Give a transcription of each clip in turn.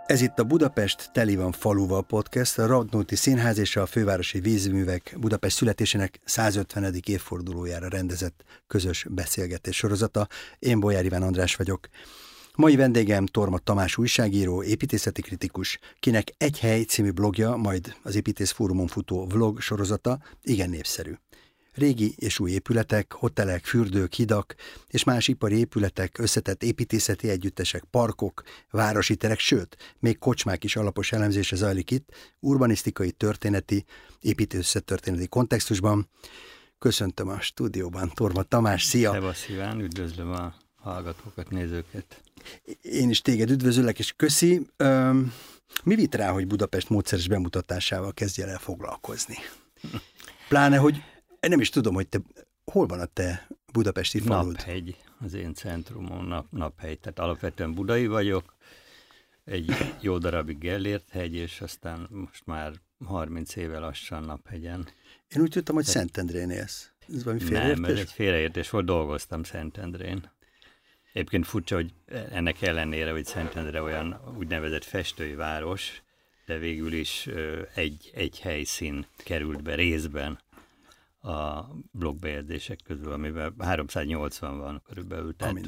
Ez itt a Budapest teli van faluval podcast, a Radnóti Színház és a Fővárosi Vízművek Budapest születésének 150. évfordulójára rendezett közös beszélgetés sorozata. Én Bolyár Iván András vagyok. Mai vendégem Torma Tamás újságíró, építészeti kritikus, kinek Egy hely című blogja, majd az Építész Fórumon futó vlog sorozata igen népszerű. Régi és új épületek, hotelek, fürdők, hidak és más ipari épületek, összetett építészeti együttesek, parkok, városi terek, sőt, még kocsmák is alapos elemzése zajlik itt, urbanisztikai, történeti, építészettörténeti kontextusban. Köszöntöm a stúdióban Torma Tamás, szia! Szevasz Iván, üdvözlöm a hallgatókat, nézőket. Én is téged üdvözöllek, és köszi. Mi vitt rá, hogy Budapest módszeres bemutatásával kezdjél el foglalkozni? Pláne, hogy nem is tudom, hogy hol van a te budapesti falud? Naphegy, az én centrumom, Naphegy. Tehát alapvetően budai vagyok, egy jó darabig Gellért-hegy, és aztán most már 30 éve lassan Naphegyen. Én úgy tudtam, hogy Szentendrén élsz. Ez valami félreértés? Nem, ez egy félreértés volt, dolgoztam Szentendrén. Egyébként furcsa, hogy ennek ellenére, hogy Szentendre olyan úgynevezett festői város, de végül is egy helyszín került be részben a blogbejegyzések közül, amiben 380 van körülbelül, tehát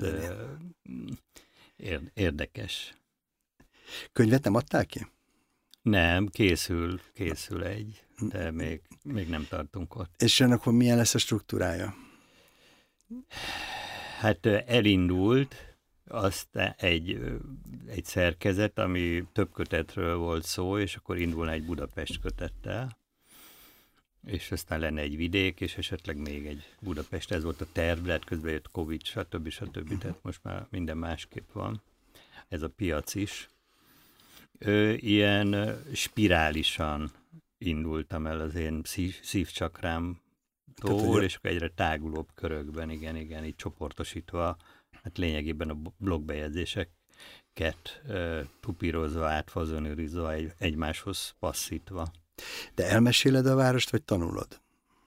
érdekes. Könyvet nem adtál ki? Nem, készül egy, de még nem tartunk ott. És ennek milyen lesz a struktúrája? Hát elindult azt egy szerkezet, ami több kötetről volt szó, és akkor indulna egy Budapest kötettel, és aztán lenne egy vidék, és esetleg még egy Budapest. Ez volt a terv, de hát közben jött Covid, stb. Tehát most már minden másképp van. Ez a piac is. Ilyen spirálisan indultam el az én szívcsakrámtól, és akkor egyre tágulóbb körökben, igen, így csoportosítva, hát lényegében a blogbejegyzéseket tupírozva, átfazonőrizva, egymáshoz passzítva. De elmeséled a várost, vagy tanulod?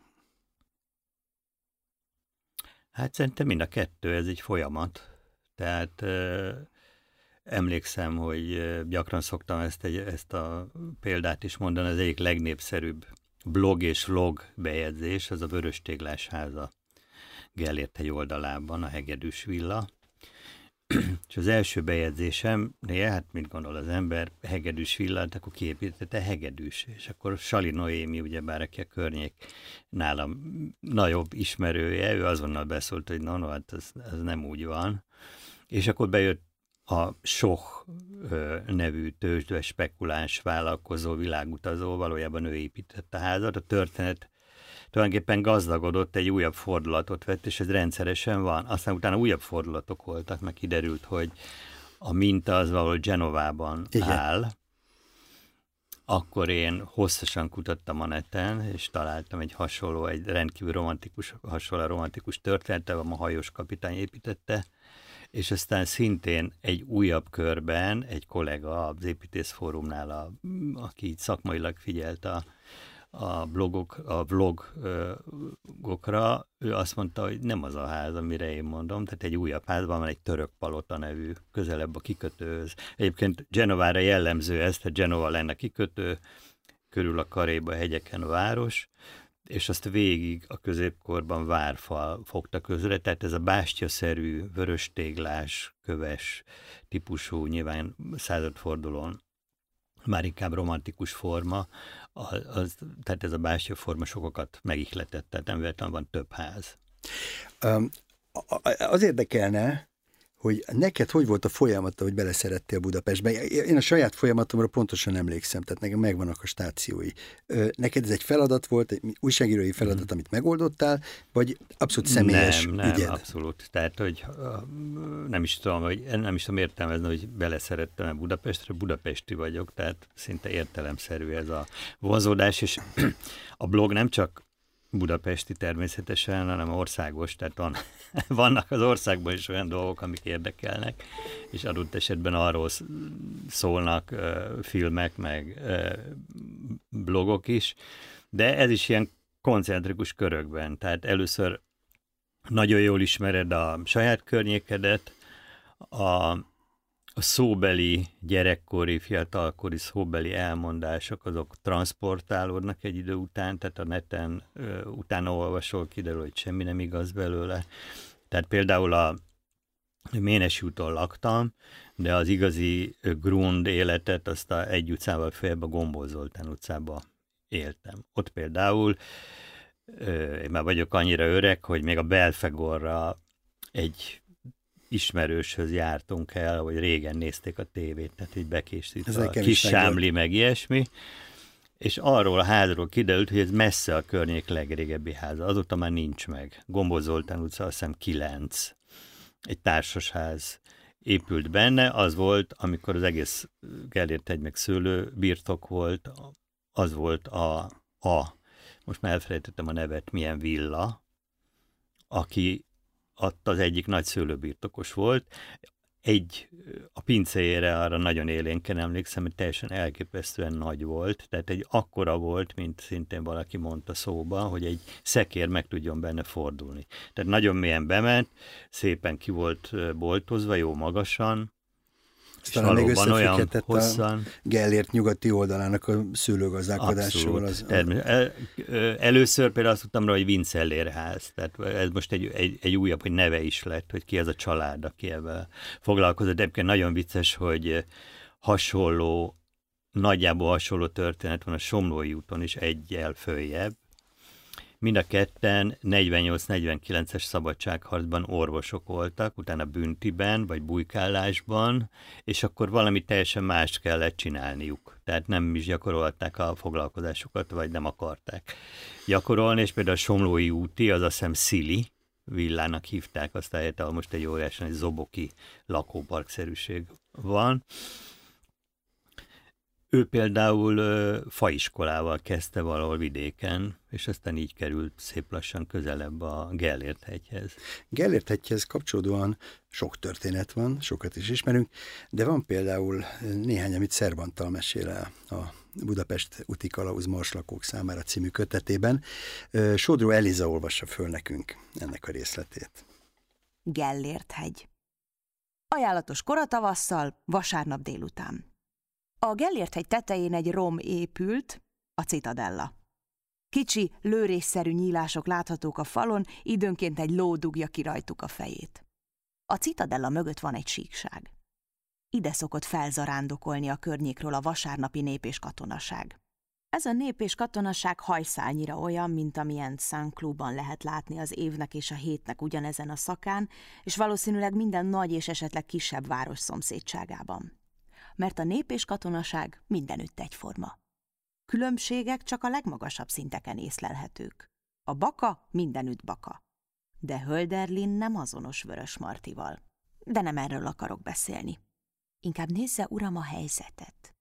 Hát szerintem mind a kettő, ez egy folyamat. Tehát emlékszem, hogy gyakran szoktam ezt a példát is mondani, az egyik legnépszerűbb blog és vlog bejegyzés, az a Vöröstéglás háza Gellért-hegy oldalában, a Hegedűs villa. És az első bejegyzésemnél, hát mit gondol az ember, Hegedűs villát, akkor kiépítette Hegedűs, és akkor Sali Noémi, ugyebár aki a környék nálam nagyobb ismerője, ő azonnal beszólt, hogy hát ez nem úgy van. És akkor bejött a Soch nevű tőzsdős spekuláns vállalkozó, világutazó, valójában ő építette a házat. A történet tulajdonképpen gazdagodott, egy újabb fordulatot vett, és ez rendszeresen van. Aztán utána újabb fordulatok voltak, meg kiderült, hogy a minta az valahol Genovában áll. Akkor én hosszasan kutattam a neten, és találtam egy rendkívül romantikus történetet, a hajós kapitány építette, és aztán szintén egy újabb körben egy kollega az Építész Fórumnál, aki így szakmailag figyelt a vlogokra, ő azt mondta, hogy nem az a ház, amire én mondom, tehát egy újabb házban van egy török palota nevű, közelebb a kikötőhöz. Egyébként Genovára jellemző ez, tehát Genova lenne kikötő, körül a Karéba hegyeken a város, és azt végig a középkorban várfal fogta közre, tehát ez a bástyaszerű, vöröstéglás, köves típusú, nyilván századfordulón már inkább romantikus forma, tehát ez a bástyaforma sokakat megihletett, tehát nem véletlenül van több ház. Az érdekelne, hogy neked hogy volt a folyamata, hogy beleszerettél Budapestbe? Én a saját folyamatomra pontosan emlékszem, tehát nekem megvannak a stációi. Neked ez egy feladat volt, egy újságírói feladat, amit megoldottál, vagy abszolút személyes Nem, ügyed? abszolút. Tehát, hogy nem is tudom értelmezni, hogy beleszerettem Budapestre, budapesti vagyok, tehát szinte értelemszerű ez a vonzódás, és a blog nem csak budapesti természetesen, hanem országos, tehát vannak az országban is olyan dolgok, amik érdekelnek, és adott esetben arról szólnak filmek, meg blogok is, de ez is ilyen koncentrikus körökben, tehát először nagyon jól ismered a saját környékedet, a szóbeli, gyerekkori, fiatalkori szóbeli elmondások, azok transportálódnak egy idő után, tehát a neten utána olvasol, kiderül, hogy semmi nem igaz belőle. Tehát például a Ménesi úton laktam, de az igazi grund életet azt egy utcával följebb a Gombol Zoltán utcába éltem. Ott például én már vagyok annyira öreg, hogy még a Belfegorra egy ismerőshöz jártunk el, hogy régen nézték a tévét, tehát így bekészít a Kis Sámli, meg ilyesmi, és arról a házról kiderült, hogy ez messze a környék legrégebbi háza. Azóta már nincs meg. Gombol Zoltán utca, azt hiszem 9. Egy társasház épült benne, az volt, amikor az egész Gellért-hegy meg szőlőbirtok volt, az volt most már elfelejtettem a nevet, milyen villa, aki az egyik nagy szőlőbirtokos volt. A pincéjére arra nagyon élénken emlékszem, hogy teljesen elképesztően nagy volt, tehát egy akkora volt, mint szintén valaki mondta szóba, hogy egy szekér meg tudjon benne fordulni. Tehát nagyon mélyen bement, szépen ki volt boltozva, jó magasan, és talán még olyan hosszan. A Gellért nyugati oldalának a szőlőgazdálkodással. Először például azt tudtam rá, hogy Vincellér ház. Tehát ez most egy újabb, hogy neve is lett, hogy ki az a család, aki ebben foglalkozott. De egyébként nagyon vicces, hogy nagyjából hasonló történet van a Somlói úton is, egyel följebb. Mind a ketten 48-49-es szabadságharcban orvosok voltak, utána büntiben, vagy bujkálásban, és akkor valami teljesen mást kellett csinálniuk. Tehát nem is gyakorolták a foglalkozásukat, vagy nem akarták gyakorolni, és például a Somlói úti, az azt hiszem Szili villának hívták azt a helyet, ahol most egy óriásan egy zoboki lakóparkszerűség van. Ő például faiskolával kezdte valahol vidéken, és aztán így került szép lassan közelebb a Gellért-hegyhez. Gellért-hegyhez kapcsolódóan sok történet van, sokat is ismerünk, de van például néhány, amit Szerbantal mesél el a Budapest úti kalauz marslakók számára című kötetében. Sodró Eliza olvassa föl nekünk ennek a részletét. Gellért-hegy. Ajánlatos koratavasszal, vasárnap délután. A Gellért-hegy tetején egy rom épült, a Citadella. Kicsi, lőrésszerű nyílások láthatók a falon, időnként egy ló dugja ki rajtuk a fejét. A Citadella mögött van egy síkság. Ide szokott felzarándokolni a környékről a vasárnapi nép és katonaság. Ez a nép és katonaság hajszálnyira olyan, mint amilyen Saint-Cloudban lehet látni az évnek és a hétnek ugyanezen a szakán, és valószínűleg minden nagy és esetleg kisebb város szomszédságában. Mert a nép és katonaság mindenütt egyforma. Különbségek csak a legmagasabb szinteken észlelhetők. A baka mindenütt baka. De Hölderlin nem azonos Vörösmartival. De nem erről akarok beszélni. Inkább nézze, uram, a helyzetet.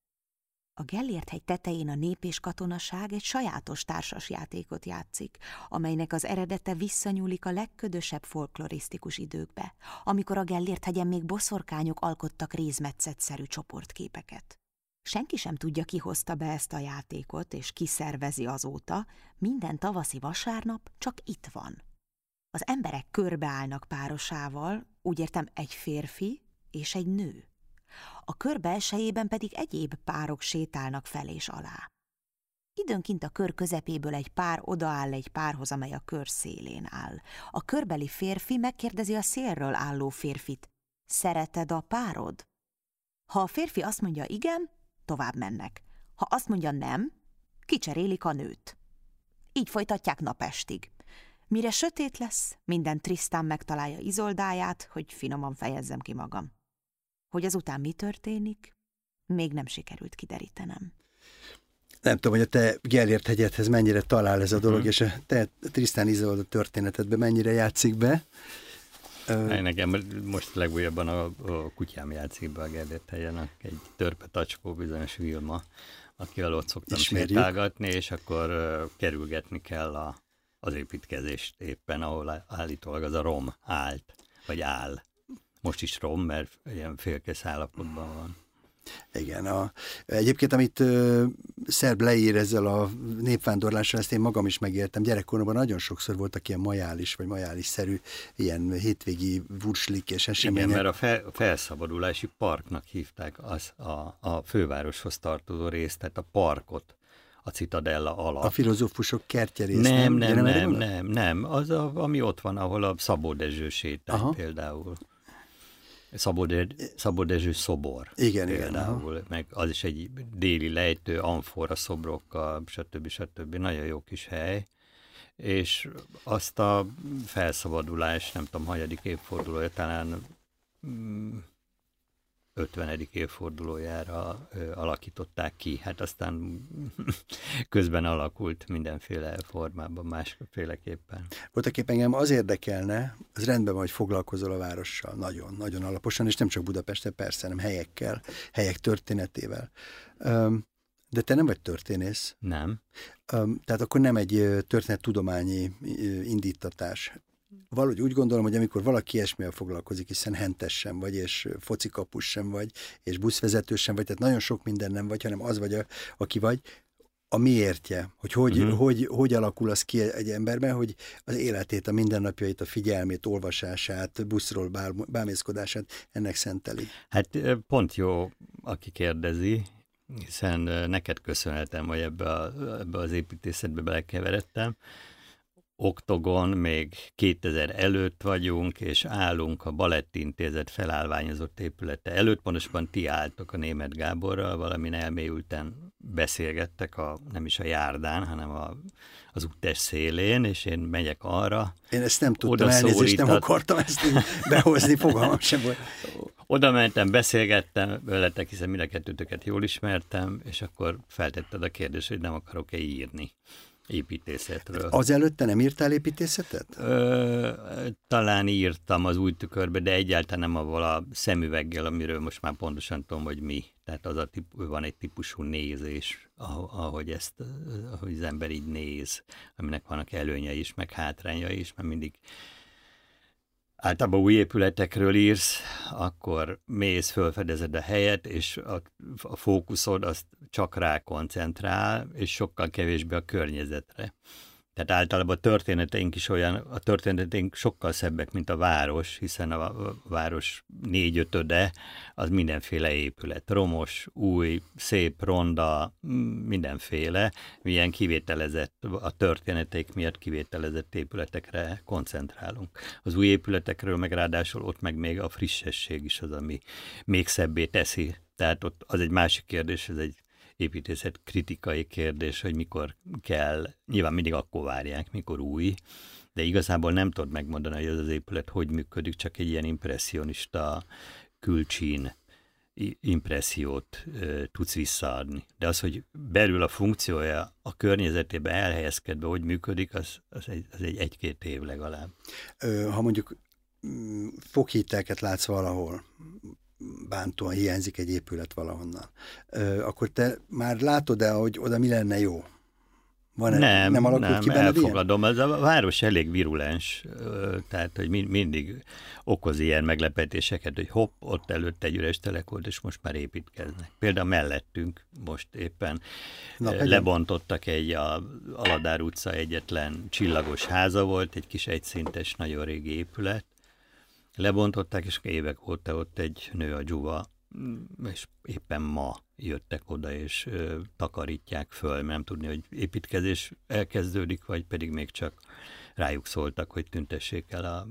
A Gellért-hegy tetején a nép és katonaság egy sajátos társasjátékot játszik, amelynek az eredete visszanyúlik a legködösebb folklorisztikus időkbe, amikor a Gellért-hegyen még boszorkányok alkottak rézmetszetszerű csoportképeket. Senki sem tudja, ki hozta be ezt a játékot, és ki szervezi azóta, minden tavaszi vasárnap csak itt van. Az emberek körbeállnak párosával, úgy értem egy férfi és egy nő. A kör belsejében pedig egyéb párok sétálnak fel és alá. Időnként a kör közepéből egy pár odaáll egy párhoz, amely a kör szélén áll. A körbeli férfi megkérdezi a szélről álló férfit: szereted a párod? Ha a férfi azt mondja igen, tovább mennek. Ha azt mondja nem, kicserélik a nőt. Így folytatják napestig. Mire sötét lesz, minden Tristan megtalálja Izoldáját, hogy finoman fejezzem ki magam. Hogy azután mi történik, még nem sikerült kiderítenem. Nem tudom, hogy a te Gellért-hegyedhez mennyire talál ez a dolog, és a te Tristan Izolda történetedben mennyire játszik be. Nekem most legújabban a kutyám játszik be a Gellért-hegyen, egy törpe tacskó, bizonyos Vilma, akivel ott szoktam sétálgatni, és akkor kerülgetni kell az építkezést éppen, ahol állítólag az a rom állt, vagy áll. Most is rom, mert ilyen félkész állapotban van. Igen, egyébként, amit Szerb leír ezzel a népvándorlással, ezt én magam is megértem. Gyerekkoromban nagyon sokszor voltak ilyen majális, vagy majális-szerű ilyen hétvégi vurslik és események. Igen, mert a felszabadulási parknak hívták a fővároshoz tartozó részt, tehát a parkot a Citadella alatt. A filozófusok kertjerész, nem. Az, ami ott van, ahol a Szabó Dezső sétány például. Szabó Dezső szobor. Igen, például, igen. meg az is egy déli lejtő, amfora szobrokkal, stb. Nagyon jó kis hely. És azt a felszabadulás, nem tudom, hanyadik évfordulója, talán 50. évfordulójára alakították ki. Hát aztán közben alakult mindenféle formában, másféleképpen. Voltaképpen engem az érdekelne, az rendben van, hogy foglalkozol a várossal nagyon, nagyon alaposan, és nem csak Budapesten, persze, hanem helyekkel, helyek történetével. De te nem vagy történész. Nem. Tehát akkor nem egy történettudományi indítatás. Valahogy úgy gondolom, hogy amikor valaki ilyesmivel foglalkozik, hiszen hentes sem vagy, és focikapus sem vagy, és buszvezető sem vagy, tehát nagyon sok minden nem vagy, hanem az vagy, aki vagy, a miértje, hogy alakul az ki egy emberben, hogy az életét, a mindennapjait, a figyelmét, olvasását, buszról bámészkodását ennek szenteli. Hát pont jó, aki kérdezi, hiszen neked köszönhetem, hogy ebbe az építészetbe belekeveredtem. Oktogon még 2000 előtt vagyunk, és állunk a Balettintézet felállványozott épülete előtt, pontosabban ti álltok a Németh Gáborral, valamin elmélyülten beszélgettek, nem is a járdán, hanem az úttest szélén, és én megyek arra. Én ezt nem tudtam, elnézést, nem akartam ezt behozni, fogalmam sem volt. Oda mentem, beszélgettem veletek, hiszen mind a kettőtöket jól ismertem, és akkor feltetted a kérdést, hogy nem akarok-e írni építészetről. Azelőtt te nem írtál építészetet? Talán írtam az Új Tükörbe, de egyáltalán nem avval a szemüveggel, amiről most már pontosan tudom, hogy mi. Tehát van egy típusú nézés, ahogy az ember így néz, aminek vannak előnyei is, meg hátrányai is, mert mindig általában új épületekről írsz, akkor mész, fölfedezed a helyet, és a fókuszod azt csak rá koncentrál, és sokkal kevésbé a környezetre. Tehát általában a történeteink sokkal szebbek, mint a város, hiszen a város 4/5 az mindenféle épület. Romos, új, szép, ronda, mindenféle, milyen kivételezett, a történeteik miatt kivételezett épületekre koncentrálunk. Az új épületekről meg ráadásul ott meg még a frissesség is az, ami még szebbé teszi. Tehát ott az egy másik kérdés, ez egy építészet kritikai kérdés, hogy mikor kell, nyilván mindig akkor várják, mikor új, de igazából nem tudod megmondani, hogy ez az épület hogy működik, csak egy ilyen impresszionista külcsín impressziót tudsz visszaadni. De az, hogy belül a funkciója a környezetében elhelyezkedve, hogy működik, az egy 1-2 év legalább. Ha mondjuk foghítelket látsz valahol, bántóan hiányzik egy épület valahonnan, akkor te már látod-e, hogy oda mi lenne jó? Nem alakult ki benned elfogadom. Ez a város elég virulens, tehát, hogy mindig okoz ilyen meglepetéseket, hogy hopp, ott előtt egy üres telek volt, és most már építkeznek. Például mellettünk most éppen lebontottak a Aladár utca egyetlen csillagos háza volt, egy kis egyszintes, nagyon régi épület. Lebontották, és évek óta ott egy nő a dzsuva, és éppen ma jöttek oda, és takarítják föl, mert nem tudni, hogy építkezés elkezdődik, vagy pedig még csak rájuk szóltak, hogy tüntessék el a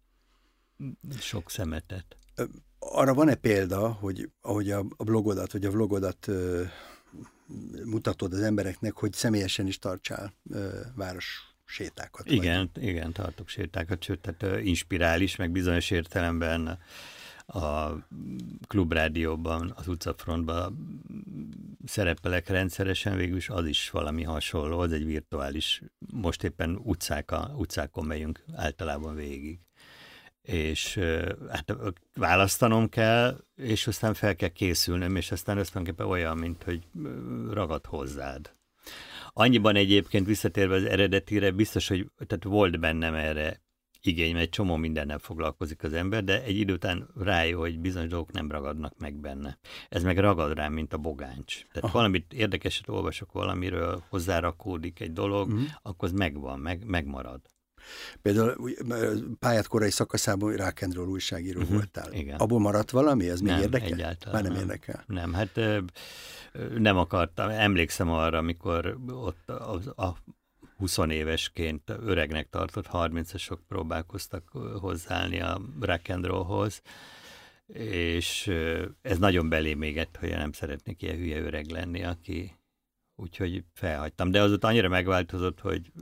sok szemetet. Arra van-e példa, hogy ahogy a blogodat, vagy a vlogodat mutatod az embereknek, hogy személyesen is tartsál város sétákat? Igen, tartok sétákat, sőt, tehát inspirál is, meg bizonyos értelemben a Klubrádióban, az utcafrontban szerepelek rendszeresen, végülis az is valami hasonló, az egy virtuális, most éppen utcákon megyünk általában végig. És hát választanom kell, és aztán fel kell készülnöm, és aztán összönképpen olyan, mint hogy ragad hozzád. Annyiban egyébként visszatérve az eredetire, biztos, hogy tehát volt bennem erre igény, mert egy csomó mindennel foglalkozik az ember, de egy idő után rájön, hogy bizonyos dolgok nem ragadnak meg benne. Ez meg ragad rám, mint a bogáncs. Tehát valamit érdekeset olvasok valamiről, hozzárakódik egy dolog, akkor az megvan, megmarad. Például pályád korai szakaszában rock and roll újságíró voltál. Igen. Abból maradt valami? Az még érdekel? Egyáltalán Már nem érdekel? Nem, hát nem akartam. Emlékszem arra, amikor ott a 20 évesként öregnek tartott 30-asok próbálkoztak hozzáállni a rock and rollhoz, és ez nagyon belém égett, hogy nem szeretnék ilyen hülye öreg lenni, aki úgyhogy felhagytam. De azóta annyira megváltozott, hogy...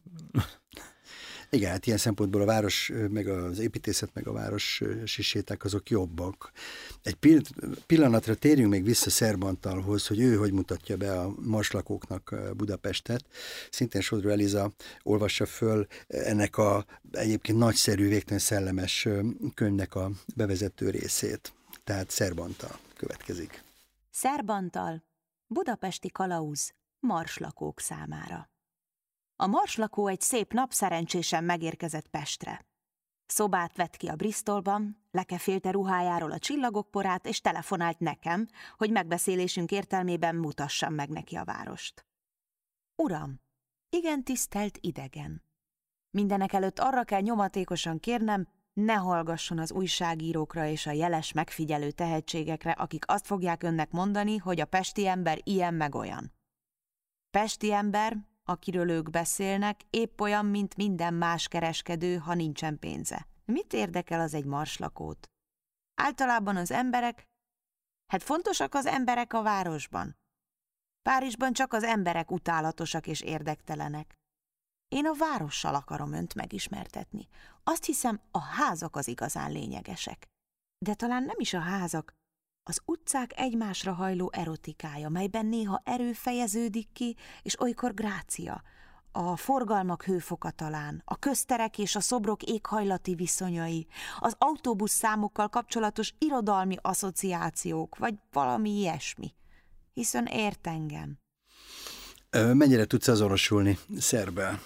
Igen, hát ilyen szempontból a város, meg az építészet, meg a városi séták azok jobbak. Egy pillanatra térjünk még vissza Szerbantalhoz, hogy ő hogy mutatja be a marslakóknak Budapestet. Szintén Sodró Eliza olvassa föl ennek a egyébként nagyszerű, végtelen szellemes könyvnek a bevezető részét. Tehát Szerbantal következik. Szerbantal, budapesti kalauz marslakók számára. A marslakó egy szép nap szerencsésen megérkezett Pestre. Szobát vett ki a Bristolban, lekefélte ruhájáról a csillagok porát, és telefonált nekem, hogy megbeszélésünk értelmében mutassam meg neki a várost. Uram, igen tisztelt idegen. Mindenekelőtt arra kell nyomatékosan kérnem, ne hallgasson az újságírókra és a jeles megfigyelő tehetségekre, akik azt fogják önnek mondani, hogy a pesti ember ilyen meg olyan. Pesti ember, akiről ők beszélnek, épp olyan, mint minden más kereskedő, ha nincsen pénze. Mit érdekel az egy marslakót? Általában az emberek... Hát fontosak az emberek a városban. Párizsban csak az emberek utálatosak és érdektelenek. Én a várossal akarom önt megismertetni. Azt hiszem, a házak az igazán lényegesek. De talán nem is a házak, az utcák egymásra hajló erotikája, melyben néha erő fejeződik ki, és olykor grácia, a forgalmak hőfoka talán, a közterek és a szobrok éghajlati viszonyai, az autóbusz számokkal kapcsolatos irodalmi asszociációk, vagy valami ilyesmi. Hiszen ért engem. Mennyire tudsz azonosulni Szerbbel?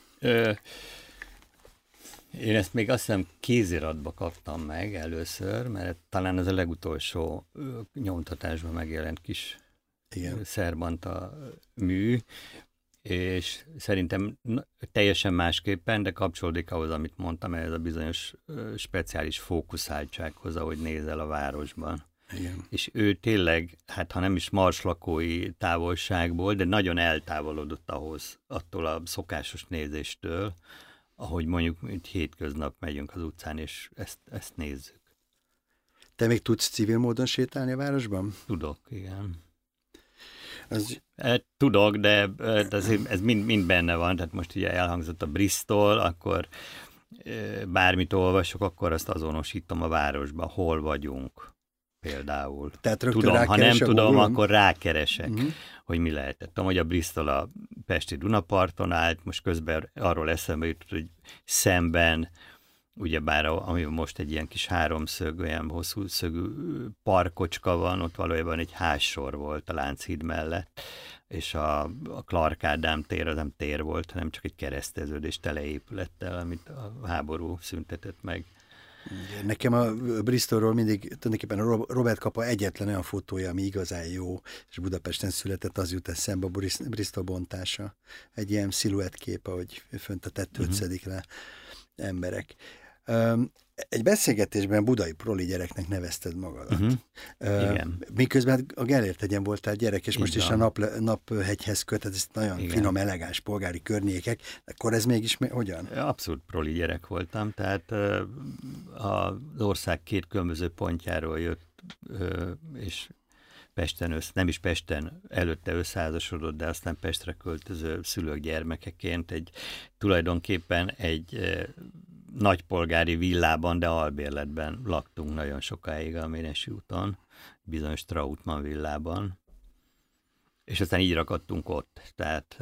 Én ezt még azt hiszem kéziratba kaptam meg először, mert talán az a legutolsó nyomtatásban megjelent kis Szerbanta mű, és szerintem teljesen másképpen, de kapcsolódik ahhoz, amit mondtam, ez a bizonyos speciális fókuszáltsághoz, ahogy nézel a városban. Igen. És ő tényleg, hát ha nem is marslakói távolságból, de nagyon eltávolodott ahhoz, attól a szokásos nézéstől, ahogy mondjuk hétköznap megyünk az utcán, és ezt nézzük. Te még tudsz civil módon sétálni a városban? Tudok, igen. Az... Tudok, de ez mind benne van, tehát most ugye elhangzott a Bristol, akkor bármit olvasok, akkor azt azonosítom a városban, hol vagyunk például. Tehát rögtön tudom, ha nem tudom, akkor rákeresek, hogy mi lehetett. Tudom, hogy a Bristol a pesti Dunaparton állt, most közben arról eszembe jutott, hogy szemben, ugyebár ami most egy ilyen kis háromszög, olyan hosszú szögű parkocska van, ott valójában egy házsor volt a Lánchíd mellett, és a Clark Ádám tér az nem tér volt, hanem csak egy kereszteződés teleépülettel, amit a háború szüntetett meg. Nekem a Bristolról mindig tulajdonképpen a Robert Capa egyetlen olyan fotója, ami igazán jó, és Budapesten született, az jut eszembe, a Bristol bontása. Egy ilyen sziluettkép, ahogy fönt a tetőt szedik le emberek. Egy beszélgetésben budai proli gyereknek nevezted magadat. Igen. Miközben a Gellért-hegyen voltál gyerek, és most is a Naphegyhez kötött, ez nagyon finom, elegáns polgári környékek. Akkor ez mégis hogyan? Abszolút proli gyerek voltam, tehát az ország két különböző pontjáról jött, és Pesten, nem is Pesten, előtte összeházasodott, de aztán Pestre költöző szülők gyermekeként tulajdonképpen egy nagypolgári villában, de albérletben laktunk nagyon sokáig a Ménesi úton, bizonyos Trautmann villában, és aztán így rakadtunk ott. Tehát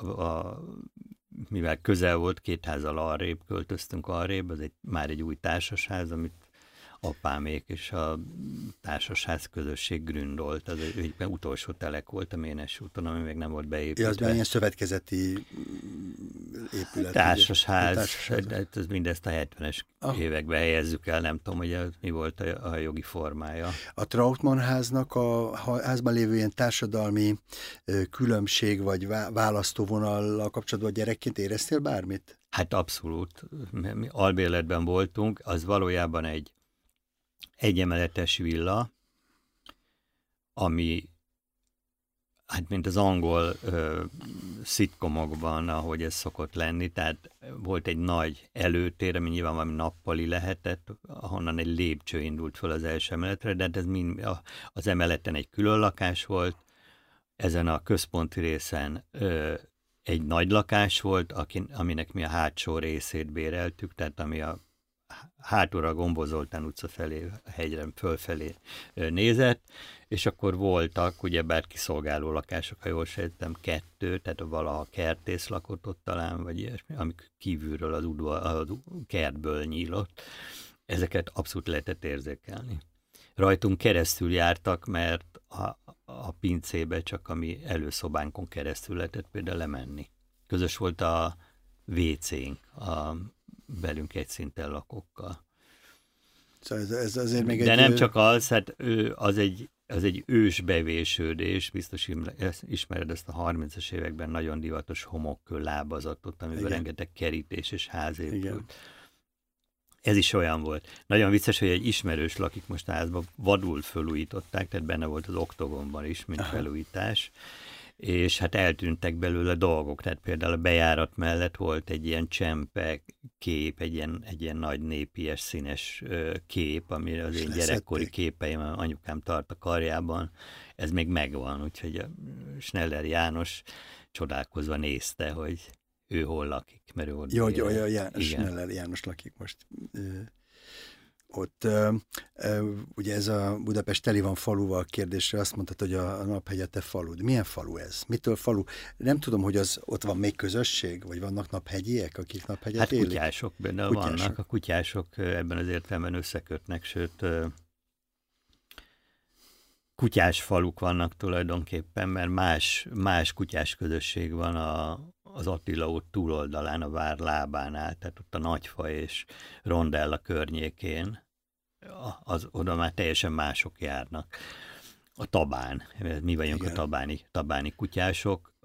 mivel közel volt, két házzal arrébb költöztünk arrébb, az már egy új társasház, amit apámék és a társasház közösség gründolt. Az egy utolsó telek volt a Ménes úton, ami még nem volt beépítve. Ja, az már ilyen szövetkezeti épület. Társasház, ez mindezt a 70-es években helyezzük el, nem tudom, hogy mi volt a jogi formája. A Trautmann háznak a házban lévő ilyen társadalmi különbség vagy választóvonallal kapcsolatban gyerekként éreztél bármit? Hát abszolút. Mi albérletben voltunk, az valójában egy egyemeletes villa, ami hát mint az angol szitkomokban, ahogy ez szokott lenni, tehát volt egy nagy előtér, ami nyilván valami nappali lehetett, ahonnan egy lépcső indult föl az első emeletre, de ez mind, az emeleten egy külön lakás volt, ezen a központi részen egy nagy lakás volt, aminek mi a hátsó részét béreltük, tehát ami a hátulra a Gombó Zoltán utca felé, a hegyre fölfelé nézett, és akkor voltak ugyebár kiszolgáló lakások, ha jól sejtettem, 2, tehát valaha kertész lakott ott talán, vagy ilyesmi, amik kívülről a kertből nyílott. Ezeket abszolút lehetett érzékelni. Rajtunk keresztül jártak, mert a pincébe csak a mi előszobánkon keresztül lehetett például lemenni. Közös volt a WC-nk a velünk egy szinten lakókkal. Szóval ez azért még de nem csak az, hát az egy ősbevésődés, biztos ismered ezt a 30-as években nagyon divatos homokkő lábazatot, amiben rengeteg kerítés és ház épült. Igen. Ez is olyan volt. Nagyon vicces, hogy egy ismerős lakik most házban, vadul felújították, tehát benne volt az oktogonban is, mint felújítás, és hát eltűntek belőle dolgok, tehát például a bejárat mellett volt egy ilyen csempe kép, egy ilyen nagy népies színes kép, ami az én gyerekkori képeim, anyukám tart a karjában, ez még megvan, úgyhogy a Schneller János csodálkozva nézte, hogy ő hol lakik, mert ő ott Schneller János lakik most ott. Ugye ez a Budapest teli van faluval kérdésre azt mondtad, hogy a Naphegy a te falud. Milyen falu ez? Mitől falu? Nem tudom, hogy ott van még közösség, vagy vannak naphegyiek, akik Naphegyet élik? Hát kutyások benne vannak. A kutyások ebben az értelemben összekötnek, sőt kutyás faluk vannak tulajdonképpen, mert más kutyás közösség van az Attila út túloldalán, a vár lábánál, tehát ott a Nagyfa és Rondella környékén, oda már teljesen mások járnak. A Tabán, mi vagyunk igen. a tabáni kutyások,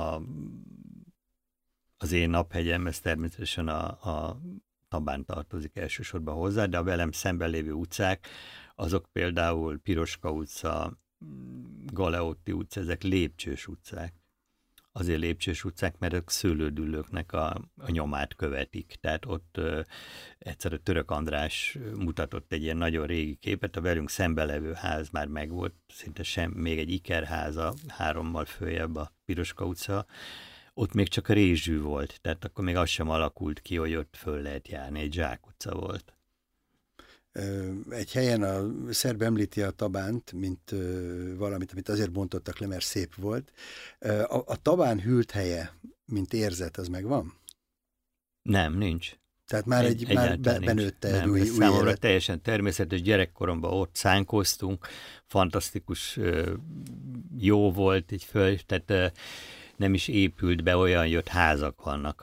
az én Naphegyem, ez természetesen a Tabán tartozik elsősorban hozzá, de a velem szemben lévő utcák, azok például Piroska utca, Galeotti utca, ezek lépcsős utcák. Azért lépcsős utcák, mert a szőlődüllőknek a nyomát követik. Tehát ott egyszer a Török András mutatott egy ilyen nagyon régi képet, a velünk szemben levő ház már megvolt, szinte még egy ikerháza, 3-mal följebb a Piroska utca, ott még csak a rézsű volt, tehát akkor még az sem alakult ki, hogy ott föl lehet járni, egy zsákutca volt. Egy helyen a szerb említi a Tabánt, mint valamit, amit azért bontottak le, mert szép volt. A Tabán hűlt helye, mint érzet, az megvan? Nem, nincs. Tehát már benőtte új számomra élet. Teljesen természetes, gyerekkoromban ott szánkoztunk, fantasztikus, jó volt így föl, tehát nem is épült be, olyan jött házak vannak.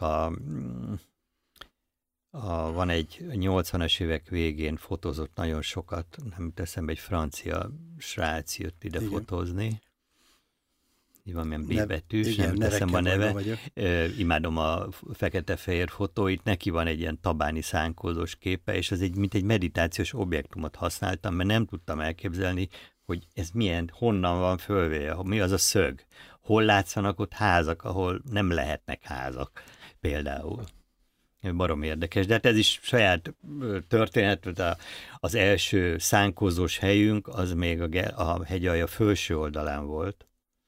Van egy 80-as évek végén fotózott nagyon sokat, nem teszem, egy francia srác jött ide fotózni. Így van, milyen B betűs, nem teszem a neve. Imádom a fekete-fehér fotóit, neki van egy ilyen tabáni szánkozós képe, és az mint egy meditációs objektumot használtam, mert nem tudtam elképzelni, hogy ez honnan van fölvéve, mi az a szög, hol látszanak ott házak, ahol nem lehetnek házak például. Barom érdekes, de hát ez is saját történet, az első szánkozós helyünk, az még a hegyalja felső oldalán volt.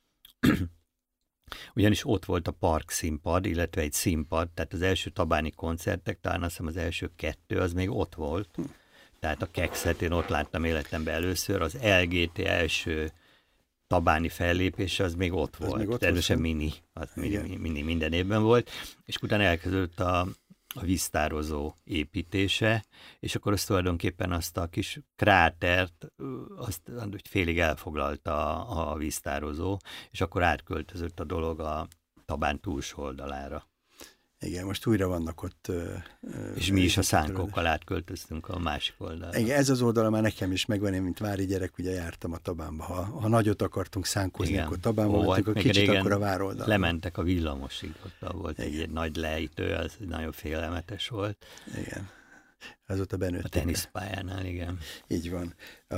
Ugyanis ott volt a parkszínpad, illetve egy színpad, tehát az első tabáni koncertek, talán azt hiszem az első 2, az még ott volt. Tehát a Kekszet én ott láttam életemben először, az LGT első tabáni fellépése az még ott volt. Természetesen mini minden évben volt, és utána elkezdődött a a víztározó építése, és akkor az tulajdonképpen azt a kis krátert, azt úgy félig elfoglalta a víztározó, és akkor átköltözött a dolog a Tabán túlsó oldalára. Igen, most újra vannak ott... És mi is a szánkókkal átköltöztünk a másik oldalra. Igen, ez az oldala már nekem is megvan, én mint vári gyerek, ugye jártam a Tabánba. Ha nagyot akartunk szánkozni, akkor Tabánba mentünk, a kicsit akkor a vároldalra. Lementek a villamosig, ott volt egy nagy lejtő, az nagyon félelmetes volt. Igen. Azóta benőttek. A teniszpályánál, igen. Így van.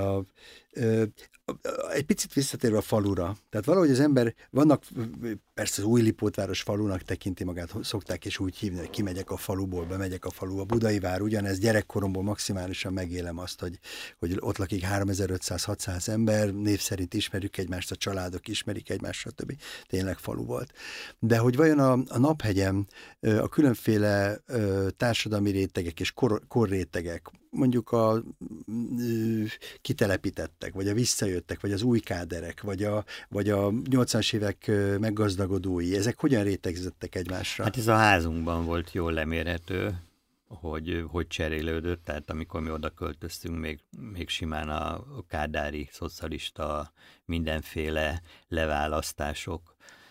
Egy picit visszatérve a falura, tehát valahogy az ember, vannak, persze az Újlipótváros falunak tekinti magát, szokták és úgy hívni, hogy kimegyek a faluból, bemegyek a faluba. Budai vár ugyanez, gyerekkoromból maximálisan megélem azt, hogy ott lakik 3500-600 ember, név szerint ismerjük egymást, a családok ismerik egymást, stb. Tényleg falu volt. De hogy vajon a Naphegyen a különféle társadalmi rétegek és korrétegek, mondjuk a kitelepítettek, vagy a visszajöttek, vagy az új káderek, vagy a 80-as évek meggazdagodói, ezek hogyan rétegzettek egymásra? Hát ez a házunkban volt jól lemérhető, hogy cserélődött, tehát amikor mi oda költöztünk, még simán a kádári szocialista mindenféle leválasztások,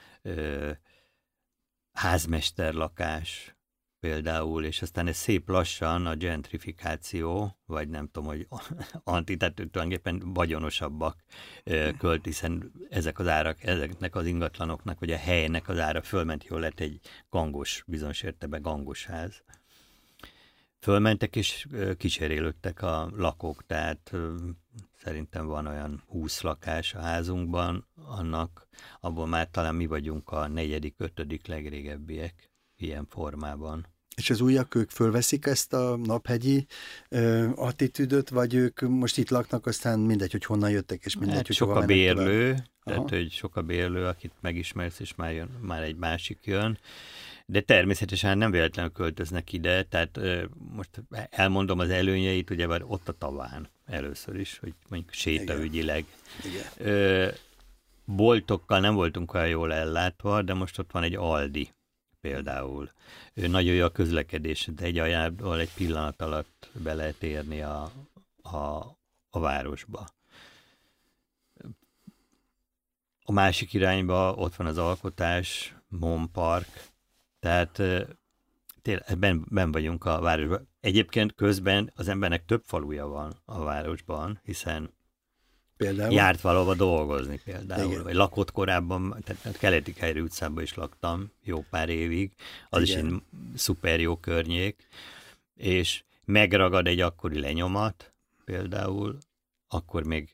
házmesterlakás például, és aztán ez szép lassan a gentrifikáció, vagy nem tudom, hogy tehát tulajdonképpen vagyonosabbak költ, hiszen ezek az árak, ezeknek az ingatlanoknak, vagy a helynek az ára fölment, jól lett egy gangos, bizonyos értelemben gangos ház. Fölmentek és kicserélődtek a lakók, tehát szerintem van olyan 20 lakás a házunkban, abból már talán mi vagyunk a 4., 5. legrégebbiek ilyen formában. És az újak, ők fölveszik ezt a naphegyi attitűdöt, vagy ők most itt laknak, aztán mindegy, hogy honnan jöttek, és mindegy, hát hogy sok a bérlő, tehát hogy sok a bérlő, akit megismersz, és már egy másik jön. De természetesen nem véletlenül költöznek ide, tehát most elmondom az előnyeit, ugye már ott a Taván először is, hogy mondjuk sétaügyileg. Boltokkal nem voltunk olyan jól ellátva, de most ott van egy Aldi például. Nagyon jó a közlekedés, de egy ajánlóval egy pillanat alatt be lehet érni a városba. A másik irányba ott van az Alkotás, Mon Park, tehát tényleg benn vagyunk a városban. Egyébként közben az embernek több faluja van a városban, hiszen például? Járt valahova dolgozni például, igen. Vagy lakott korábban, tehát Keleti Károly utcában is laktam jó pár évig, az igen. Is egy szuper jó környék, és megragad egy akkori lenyomat például, akkor még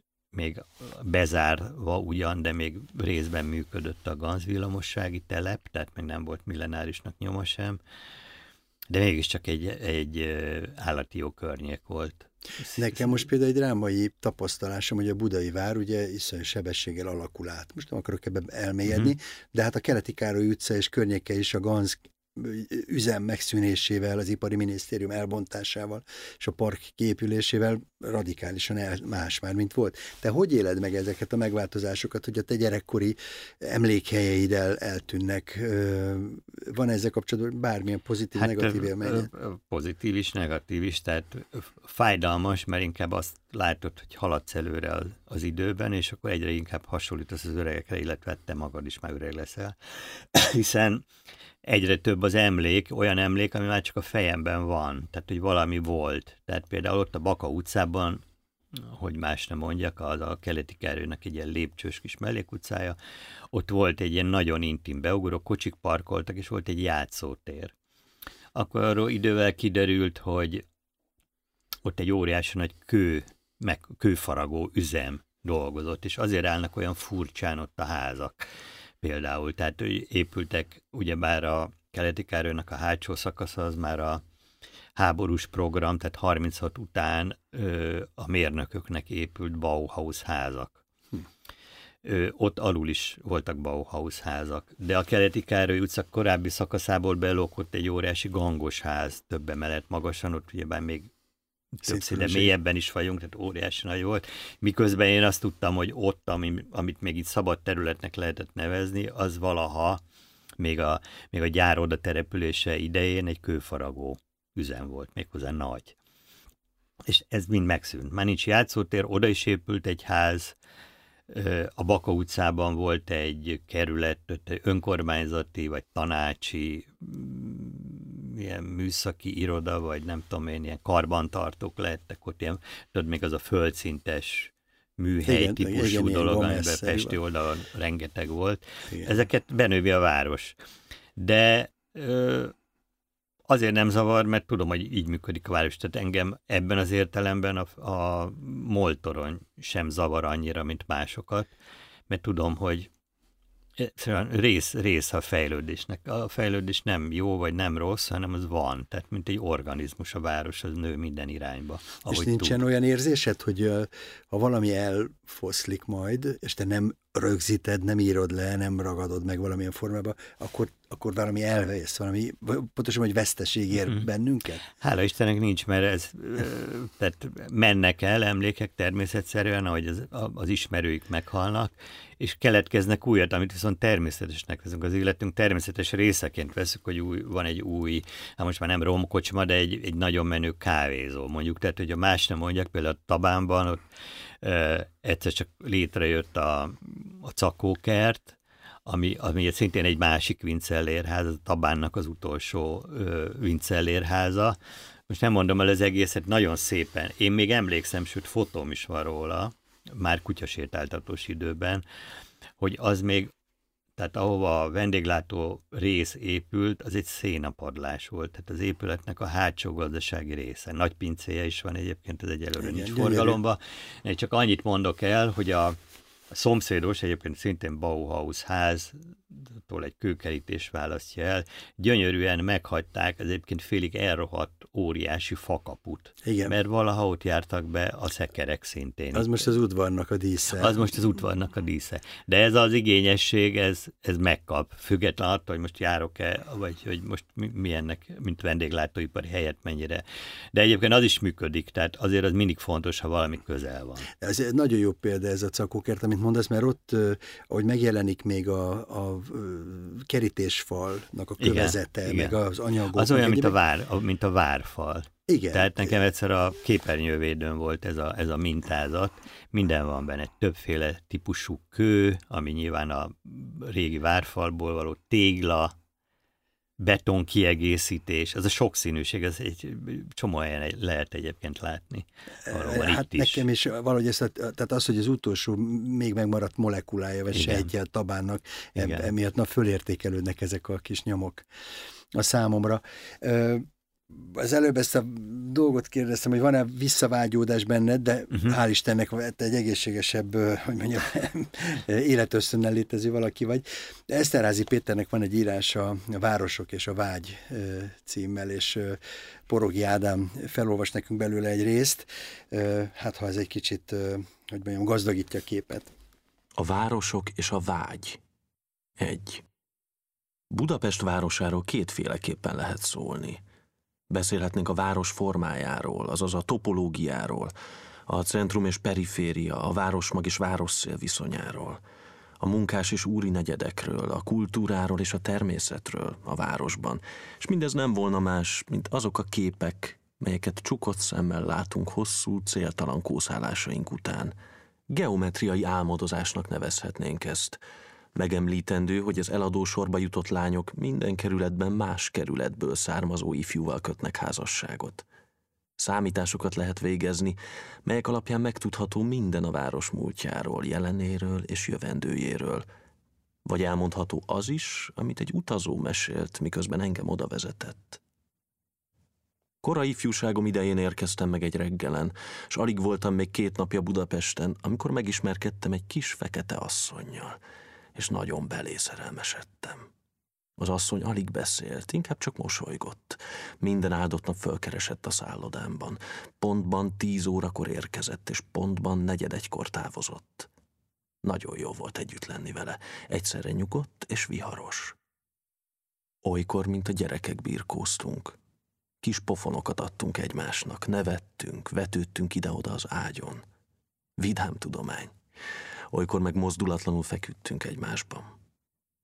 bezárva ugyan, de még részben működött a Ganz-villamossági telep, tehát még nem volt millenárisnak nyoma sem, de mégiscsak egy állati jó környék volt. Nekem most például egy drámai tapasztalásom, hogy a Budai vár ugye iszonyú sebességgel alakul át. Most nem akarok ebben elmélyedni, de hát a Keleti Károly utca és környéke is a Ganz üzem megszűnésével, az ipari minisztérium elbontásával és a park kiépülésével radikálisan más már, mint volt. Te hogy éled meg ezeket a megváltozásokat, hogy a te gyerekkori emlékhelyeid eltűnnek? Van ezzel kapcsolatban bármilyen pozitív, negatív élményed? Pozitív is, negatív is, tehát fájdalmas, mert inkább azt látod, hogy haladsz előre az időben, és akkor egyre inkább hasonlítasz az öregekre, illetve te magad is már öreg leszel. Hiszen egyre több az olyan emlék, ami már csak a fejemben van, tehát hogy valami volt. Tehát például ott a Baka utcában, hogy más nem mondjak, az a Keleti Károlynak egy ilyen lépcsős kis mellékutcája, ott volt egy ilyen nagyon intim beugró, kocsik parkoltak, és volt egy játszótér. Akkor arról idővel kiderült, hogy ott egy óriási nagy kőfaragó üzem dolgozott, és azért állnak olyan furcsán ott a házak. Például, tehát épültek, ugyebár a Keleti Károlynak a hátsó szakasza, az már a háborús program, tehát 36 után a mérnököknek épült Bauhaus házak. Ott alul is voltak Bauhaus házak, de a Keleti Károly utca korábbi szakaszából belógott egy óriási gangos ház, több emelet magasan, ott ugyebár még többször, de mélyebben is vagyunk, tehát óriási nagy volt. Miközben én azt tudtam, hogy ott, amit még itt szabad területnek lehetett nevezni, az valaha még a gyár oda települése idején egy kőfaragó üzem volt, méghozzá nagy. És ez mind megszűnt. Már nincs játszótér, oda is épült egy ház, a Baka utcában volt egy kerület, önkormányzati vagy tanácsi ilyen műszaki iroda, vagy nem tudom én, ilyen karbantartók lettek, ott ilyen, tudod, még az a földszintes műhely igen, típusú igen, dolog, amiben Pesti oldalon rengeteg volt. Igen. Ezeket benövi a város. De azért nem zavar, mert tudom, hogy így működik a város. Tehát engem ebben az értelemben a moltorony sem zavar annyira, mint másokat, mert tudom, hogy rész a fejlődésnek. A fejlődés nem jó vagy nem rossz, hanem az van. Tehát mint egy organizmus a város, az nő minden irányba. És nincsen olyan érzésed, hogy ha valami elfoszlik majd, és te nem rögzíted, nem írod le, nem ragadod meg valamilyen formában, akkor valami elvesz, valami, pontosan, hogy veszteség ér bennünket? Hála Istennek nincs, mert ez, tehát mennek el emlékek természetszerűen, ahogy az ismerőik meghalnak, és keletkeznek újat, amit viszont természetesnek veszünk. Az életünk természetes részeként veszük, hogy van egy új, most már nem romkocsma, de egy nagyon menő kávézó, mondjuk. Tehát, hogyha más nem mondják, például a Tabánban ott egyszer csak létrejött a Cakókert, ami szintén egy másik Vincellérház, a Tabánnak az utolsó Vincellérháza. Most nem mondom el az egészet, nagyon szépen. Én még emlékszem, sőt fotóm is van róla, már kutyasétáltatós időben, hogy az még, tehát ahova a vendéglátó rész épült, az egy szénapadlás volt. Tehát az épületnek a hátsó gazdasági része. Nagy pincéje is van egyébként, ez egyelőre nincs forgalomba. Én csak annyit mondok el, hogy a szomszédos, egyébként szintén Bauhaus háztól egy kőkerítés választja el, gyönyörűen meghagyták az egyébként félig elrohadt óriási fakaput. Igen. Mert valaha ott jártak be a szekerek szintén. Az most az udvarnak a dísze. Az most az udvarnak a dísze. De ez az igényesség, ez megkap. Független attól, hogy most járok-e, vagy hogy most milyennek, mint vendéglátóipari helyet mennyire. De egyébként az is működik, tehát azért az mindig fontos, ha valami közel van. Ez egy nagyon jó példa ez a Cakókert, amit mondasz, mert ott, ahogy megjelenik még a kerítésfalnak a kövezete, igen, meg az anyagok. Az olyan, mint a várfal. Igen. Tehát nekem egyszer a képernyővédőn volt ez a mintázat. Minden van benne, többféle típusú kő, ami nyilván a régi várfalból való tégla, beton kiegészítés, az a sokszínűség, ez egy csomó helyen lehet egyébként látni. Valóban hát itt nekem is valahogy tehát az, hogy az utolsó még megmaradt molekulája, vagy sejtje a Tabánnak, emiatt fölértékelődnek ezek a kis nyomok a számomra. Az előbb ezt a dolgot kérdeztem, hogy van-e visszavágyódás benned, de hál' Istennek egy egészségesebb, hogy mondjam, életösztönnel létező valaki vagy. De Eszterházy Péternek van egy írása, a Városok és a vágy címmel, és Porogi Ádám felolvas nekünk belőle egy részt, hát ha ez egy kicsit, hogy mondjam, gazdagítja a képet. A városok és a vágy. 1. Budapest városáról kétféleképpen lehet szólni. Beszélhetnénk a város formájáról, azaz a topológiáról, a centrum és periféria, a városmag és városszél viszonyáról, a munkás és úri negyedekről, a kultúráról és a természetről a városban, és mindez nem volna más, mint azok a képek, melyeket csukott szemmel látunk hosszú, céltalan kószálásaink után. Geometriai álmodozásnak nevezhetnénk ezt. Megemlítendő, hogy az eladósorba jutott lányok minden kerületben más kerületből származó ifjúval kötnek házasságot. Számításokat lehet végezni, melyek alapján megtudható minden a város múltjáról, jelenéről és jövendőjéről. Vagy elmondható az is, amit egy utazó mesélt, miközben engem oda vezetett. Korai ifjúságom idején érkeztem meg egy reggelen, s alig voltam még 2 napja Budapesten, amikor megismerkedtem egy kis fekete asszonnyal, és nagyon belészerelmesedtem. Az asszony alig beszélt, inkább csak mosolygott. Minden áldott nap fölkeresett a szállodámban. Pontban 10 órakor érkezett, és pontban 4:45-kor távozott. Nagyon jó volt együtt lenni vele, egyszerre nyugodt és viharos. Olykor, mint a gyerekek birkóztunk. Kis pofonokat adtunk egymásnak, nevettünk, vetődtünk ide-oda az ágyon. Vidám tudomány. Olykor meg mozdulatlanul feküdtünk egymásban.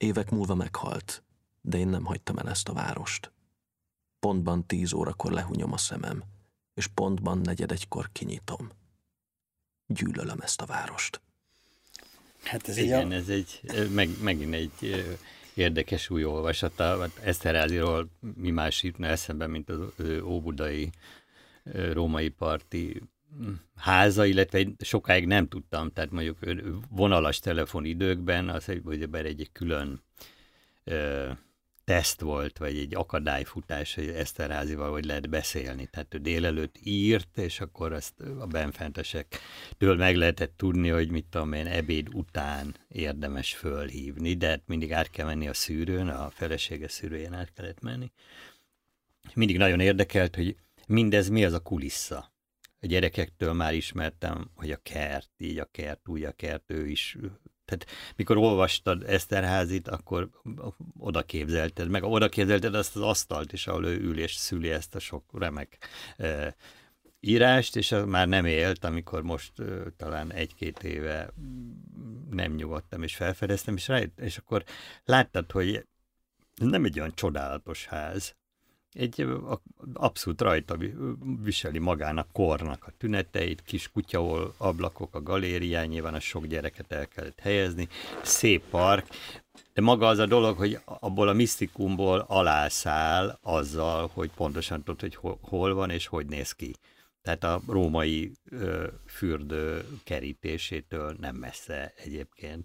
Évek múlva meghalt, de én nem hagytam el ezt a várost. Pontban 10 órakor lehunyom a szemem, és pontban 4:45-kor kinyitom. Gyűlölöm ezt a várost. Hát ez igen, ez megint egy érdekes új olvasata. Esterházyról mi más jutna eszembe, mint az óbudai római parti háza, illetve sokáig nem tudtam, tehát mondjuk vonalas telefonidőkben az egy külön teszt volt, vagy egy akadályfutás, hogy Esterházyval hogy lehet beszélni. Tehát ő délelőtt írt, és akkor azt a benfentesektől meg lehetett tudni, hogy mit tudom én, ebéd után érdemes fölhívni, de hát mindig át kell menni a szűrőn, a felesége szűrőjén át kellett menni. Mindig nagyon érdekelt, hogy mindez mi az a kulissza. A gyerekektől már ismertem, hogy a kert, így a kert, úgy a kert, ő is. Tehát mikor olvastad Esterházit, akkor oda képzelted azt az asztalt is, ahol ő ül és szüli ezt a sok remek írást, és az már nem élt, amikor most talán 1-2 éve nem nyugodtam, és felfedeztem, és akkor láttad, hogy nem egy olyan csodálatos ház, abszolút rajta viseli magának kornak a tüneteit, kis kutyaol, ablakok a galérián, nyilván a sok gyereket el kellett helyezni, szép park, de maga az a dolog, hogy abból a misztikumból alászáll azzal, hogy pontosan tudod, hogy hol van és hogy néz ki. Tehát a római fürdő kerítésétől nem messze egyébként.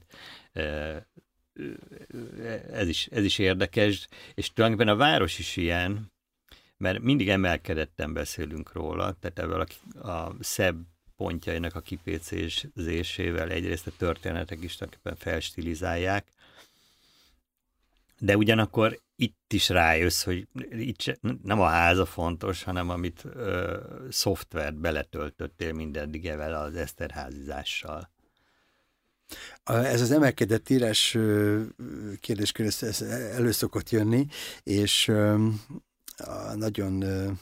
Ez is érdekes, és tulajdonképpen a város is ilyen, mert mindig emelkedetten beszélünk róla, tehát ebből a szebb pontjainak a kipécézésével egyrészt a történetek is tulajdonképpen felstilizálják, de ugyanakkor itt is rájössz, hogy itt nem a háza fontos, hanem amit szoftvert beletöltöttél mindeddig ezzel az Esterházizással. Ez az emelkedett írás kérdéskör ez elő szokott jönni, és nagyon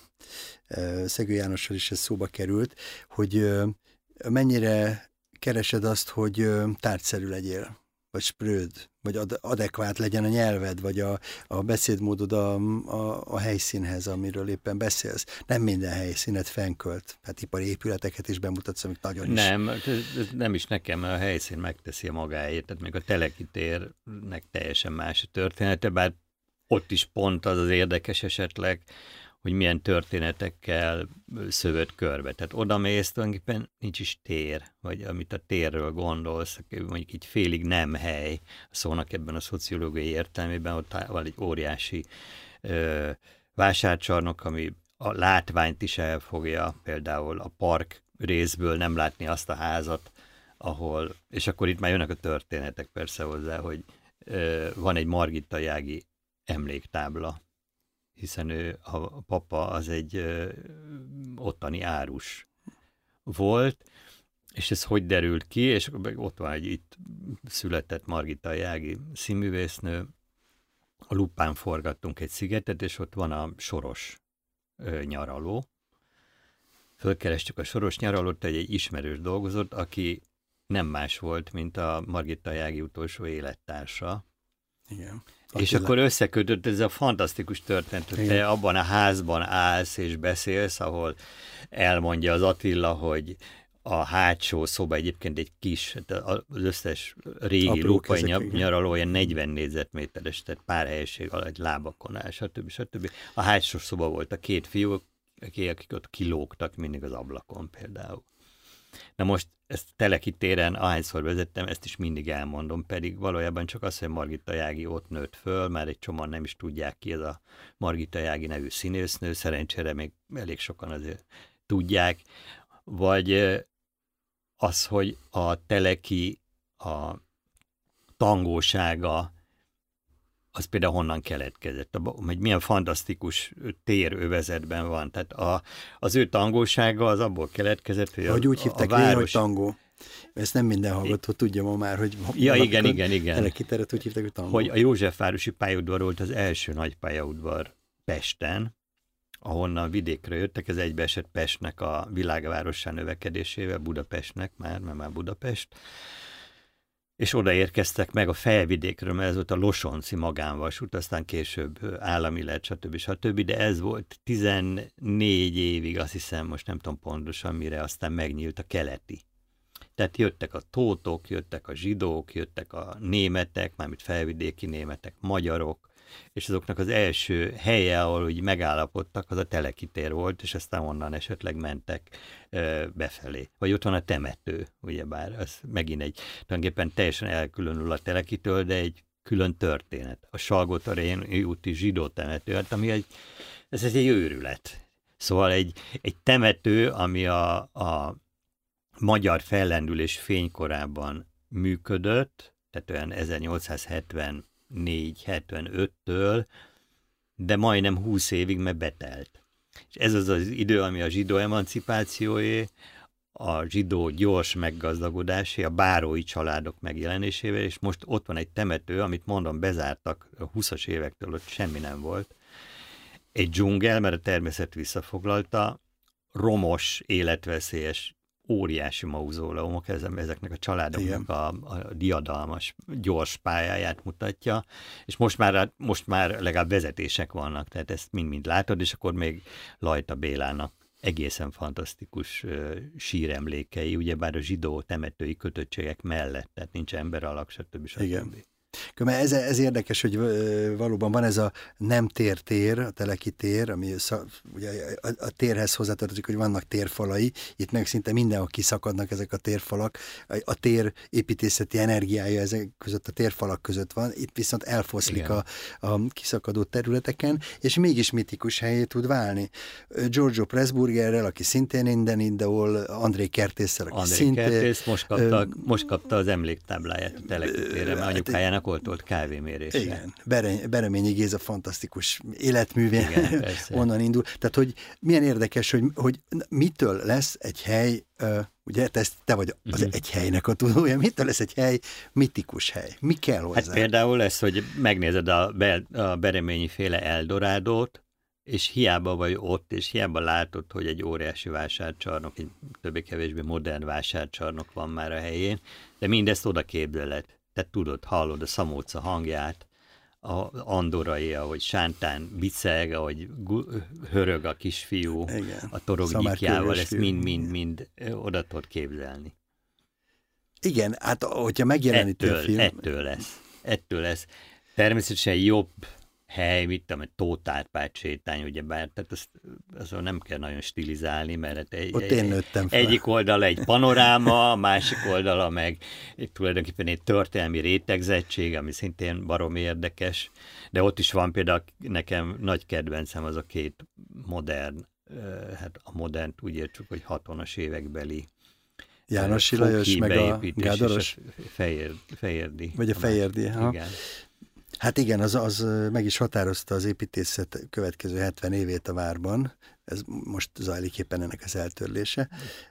Szegő Jánossal is ez szóba került, hogy mennyire keresed azt, hogy tárgyszerű legyél, vagy spröd, vagy adekvát legyen a nyelved, vagy a beszédmódod a helyszínhez, amiről éppen beszélsz. Nem minden helyszínet fennkölt. Hát ipari épületeket is bemutatsz, amik nagyon is... Nem is nekem, a helyszín megteszi a magáét, tehát még a Teleki térnek teljesen más a története, bár ott is pont az érdekes esetleg, hogy milyen történetekkel szövött körbe. Tehát odamész, tulajdonképpen nincs is tér, vagy amit a térről gondolsz, mondjuk így félig nem hely, szónak ebben a szociológiai értelmében, ott van egy óriási vásárcsarnok, ami a látványt is elfogja, például a park részből nem látni azt a házat, ahol, és akkor itt már jönnek a történetek persze hozzá, hogy van egy Margita Jági emléktábla, hiszen a papa az egy ottani árus volt, és ez hogy derült ki, és ott van, hogy itt született Margita Jági színművésznő, a Lupán forgattunk egy szigetet, és ott van a Soros nyaraló. Fölkerestük a Soros nyaralót, egy ismerős dolgozott, aki nem más volt, mint a Margita Jági utolsó élettársa. Igen. És akkor összekötött ez a fantasztikus történet, hogy te abban a házban állsz és beszélsz, ahol elmondja az Attila, hogy a hátsó szoba egyébként egy kis, az összes régi lupai nyaralója 40 négyzetméteres, tehát pár helység alatt lábakon áll, stb. A hátsó szoba volt a 2 fiú, akik ott kilógtak mindig az ablakon például. Na most ezt Teleki téren, ahányszor vezettem, ezt is mindig elmondom, pedig valójában csak az, hogy Margita Jági ott nőtt föl, már egy csomóan nem is tudják ki ez a Margita Jági nevű színésznő, szerencsére még elég sokan azért tudják, vagy az, hogy a Teleki, a tangósága, az például honnan keletkezett, hogy milyen fantasztikus térövezetben van. Tehát az ő tangósága az abból keletkezett, hogy úgy hívták város... hogy tangó. Ezt nem minden hallgató tudja ma már, hogy... Ja, igen. Teleki teret úgy hívták, hogy tangó. Hogy a Józsefvárosi pályaudvar volt az első nagy pályaudvar Pesten, ahonnan vidékre jöttek, ez egybeesett Pestnek a világvárossá növekedésével, Budapestnek már, mert már Budapest. és odaérkeztek meg a Felvidékről, mert ez volt a Losonci magánvasút, aztán később állami lett, stb. De ez volt 14 évig, azt hiszem, most nem tudom pontosan mire, aztán megnyílt a keleti. Tehát jöttek a tótok, jöttek a zsidók, jöttek a németek, mármint felvidéki németek, magyarok, és azoknak az első helye, ahol úgy megállapodtak, az a Teleki tér volt, és aztán onnan esetleg mentek befelé. Vagy ott van a temető, ugyebár, az megint tulajdonképpen teljesen elkülönül a Telekitől, de egy külön történet. A Salgótarjányi úti zsidó temető, hát ami ez egy őrület. Szóval egy temető, ami a magyar fellendülés fénykorában működött, tehát olyan 1874-75-től, de majdnem 20 évig meg betelt. És ez az az idő, ami a zsidó emancipációé, a zsidó gyors meggazdagodásé, a bárói családok megjelenésével, és most ott van egy temető, amit mondom, bezártak a 20-as évektől, ott semmi nem volt. Egy dzsungel, mert a természet visszafoglalta, romos, életveszélyes, óriási mauzóleumok, ezeknek a családoknak a diadalmas, gyors pályáját mutatja, és most már legalább vezetések vannak, tehát ezt mind-mind látod, és akkor még Lajta Bélának egészen fantasztikus síremlékei, ugyebár a zsidó temetői kötöttségek mellett, tehát nincs emberalak, stb. Igen. Mert ez érdekes, hogy valóban van ez a nem tér, a Teleki tér, ami ugye a térhez hozzátartozik, hogy vannak térfalai, itt meg szinte mindenhol kiszakadnak ezek a térfalak, a tér építészeti energiája ezek között, a térfalak között van, itt viszont elfoszlik a kiszakadó területeken, és mégis mitikus helyé tud válni. Giorgio Pressburgerrel, aki szintén innen indul, André Kertésszel, aki szintén... Kertész most kapta az emléktábláját a Teleki térre, mert anyukájának volt kávémérésre. Igen, Bereményi Géza fantasztikus életművén onnan indul. Tehát, hogy milyen érdekes, hogy mitől lesz egy hely, ugye te vagy az egy helynek a tudója, mitől lesz egy hely mitikus hely? Mi kell hozzá? Hát például lesz, hogy megnézed a Bereményi féle Eldorádót, és hiába vagy ott, és hiába látod, hogy egy óriási vásárcsarnok, egy többé-kevésbé modern vásárcsarnok van már a helyén, de mindezt oda képzeled. Tehát tudod, hallod a Szamóca hangját, a Andorai, ahogy sántán biceg, ahogy hörög a kisfiú, igen, a toroknyikjával, ezt mind oda tudod képzelni. Igen, hát hogyha megjeleníti a film... Ettől lesz. Természetesen jobb hely, mit tudom, egy Tóth Árpád sétány, ugyebár, tehát azon nem kell nagyon stilizálni, mert egyik oldala egy panoráma, a másik oldala meg tulajdonképpen egy történelmi rétegzettség, ami szintén baromi érdekes, de ott is van például nekem nagy kedvencem az a két modern, hát a modernt úgy értsük, hogy 60-as évekbeli Jánosi Lajos, meg a Gádoros? Fejérdi. Vagy a Fejérdi, igen. Hát igen, az meg is határozta az építészet következő 70 évét a várban. Ez most zajlik éppen ennek az eltörlése.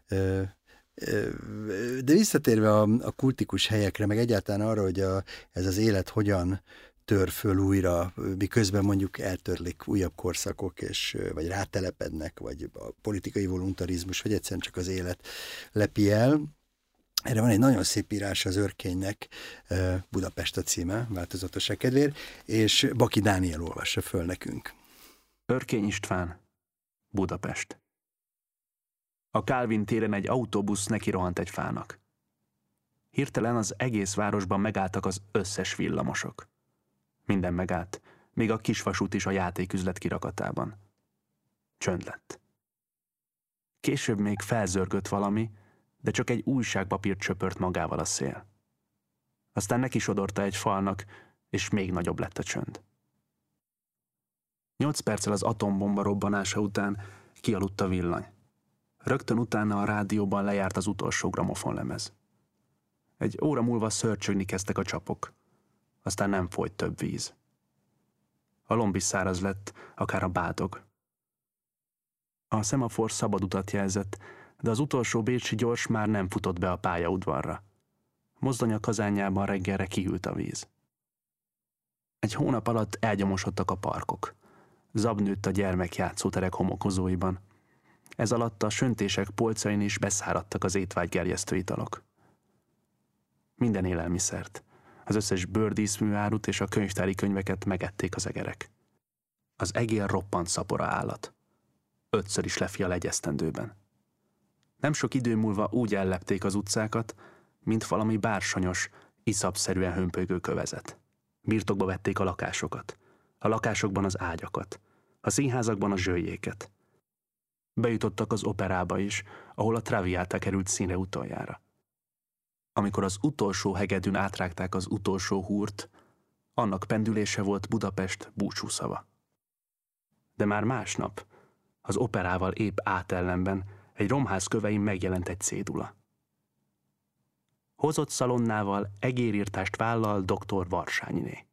De visszatérve a kultikus helyekre, meg egyáltalán arra, hogy ez az élet hogyan tör föl újra, miközben mondjuk eltörlik újabb korszakok, vagy rátelepednek, vagy a politikai voluntarizmus, vagy egyszerűen csak az élet lepi el. Erre van egy nagyon szép írás az Örkénynek, Budapest a címe, változatosság kedvéért, és Baki Dániel olvassa föl nekünk. Örkény István, Budapest. A Kálvin téren egy autóbusz nekirohant egy fának. Hirtelen az egész városban megálltak az összes villamosok. Minden megállt, még a kisvasút is a játéküzlet kirakatában. Csönd lett. Később még felzörgött valami, de csak egy újságpapírt csöpört magával a szél. Aztán neki sodorta egy falnak, és még nagyobb lett a csönd. 8 perccel az atombomba robbanása után kialudt a villany. Rögtön utána a rádióban lejárt az utolsó gramofonlemez. Egy óra múlva szörcsögni kezdtek a csapok. Aztán nem folyt több víz. A lomb is száraz lett, akár a bádog. A szemafor szabad utat jelzett, de az utolsó bécsi gyors már nem futott be a pályaudvarra. Mozdonya kazánjában reggelre kihűlt a víz. Egy hónap alatt elgyomosodtak a parkok. Zab nőtt a gyermekjátszóterek homokozóiban. Ez alatt a söntések polcain is beszáradtak az étvágygerjesztő italok. Minden élelmiszert. Az összes bőrdíszműárut és a könyvtári könyveket megették az egerek. Az egér roppant szapora állat. 5-ször is lefial egy esztendőben. Nem sok idő múlva úgy ellepték az utcákat, mint valami bársonyos, iszapszerűen hömpölygő kövezet. Birtokba vették a lakásokat, a lakásokban az ágyakat, a színházakban a zsöljéket. Bejutottak az operába is, ahol a Traviata került színre utoljára. Amikor az utolsó hegedűn átrágták az utolsó húrt, annak pendülése volt Budapest búcsúszava. De már másnap, az operával épp átellenben, egy romház kövein megjelent egy cédula. Hozott szalonnával egérírtást vállal dr. Varsányiné.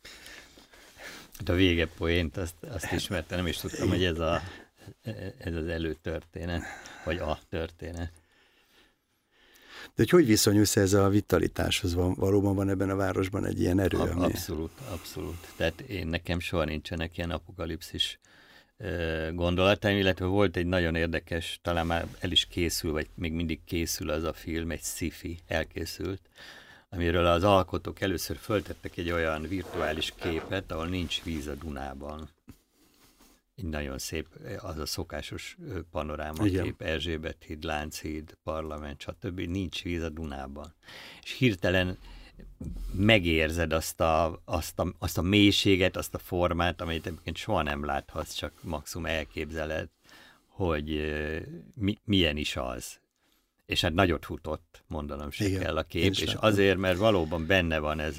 A vége poént, azt ismertem, nem is tudtam, hogy ez az előtörténet, vagy a történet. De hogy viszonyulsz ez a vitalitáshoz? Valóban van ebben a városban egy ilyen erő? Abszolút. Tehát nekem soha nincsenek ilyen apokalipszis gondolataim, illetve volt egy nagyon érdekes, talán már el is készül, vagy még mindig készül az a film, egy sci-fi elkészült, amiről az alkotók először föltettek egy olyan virtuális képet, ahol nincs víz a Dunában. Egy nagyon szép, az a szokásos panorámakép, Erzsébet híd, Lánchíd, Parlament, stb. Nincs víz a Dunában. És hirtelen megérzed azt a mélységet, azt a formát, amit egyébként soha nem láthatsz, csak maximum elképzeled, hogy milyen is az. És hát nagyot futott, mondanom se kell a kép, és azért, mert valóban benne van ez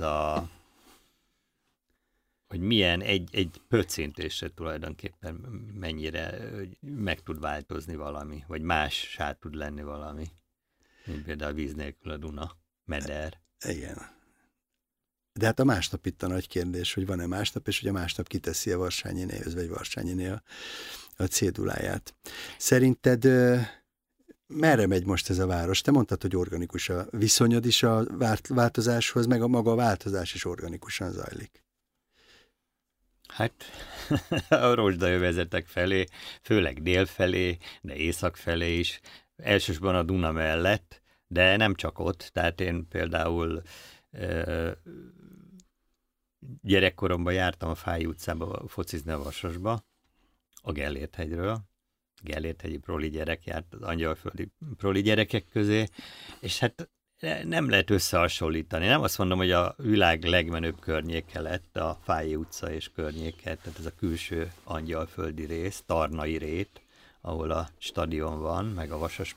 hogy milyen egy pöccintésre tulajdonképpen mennyire meg tud változni valami, vagy mássá tud lenni valami, mint például a víz nélkül a Duna, meder. Igen. De hát a másnap itt a nagy kérdés, hogy van-e másnap, és hogy a másnap kiteszi a Varsányinéhoz, vagy Varsányiné a céduláját. Szerinted merre megy most ez a város? Te mondtad, hogy organikus a viszonyod is a változáshoz, meg maga a változás is organikusan zajlik. Hát a rozsdaövezetek felé, főleg dél felé, de észak felé is, elsősorban a Duna mellett, de nem csak ott, tehát én például gyerekkoromban jártam a Fáy utcába focizni a Vasasba, a Gellért-hegyről. Gellért-hegyi proli gyerek járt az angyalföldi proli gyerekek közé, és hát nem lehet összehasonlítani. Nem azt mondom, hogy a világ legmenőbb környéke lett a Fáy utca és környéke, tehát ez a külső angyalföldi rész, Tarnai rét, ahol a stadion van, meg a Vasas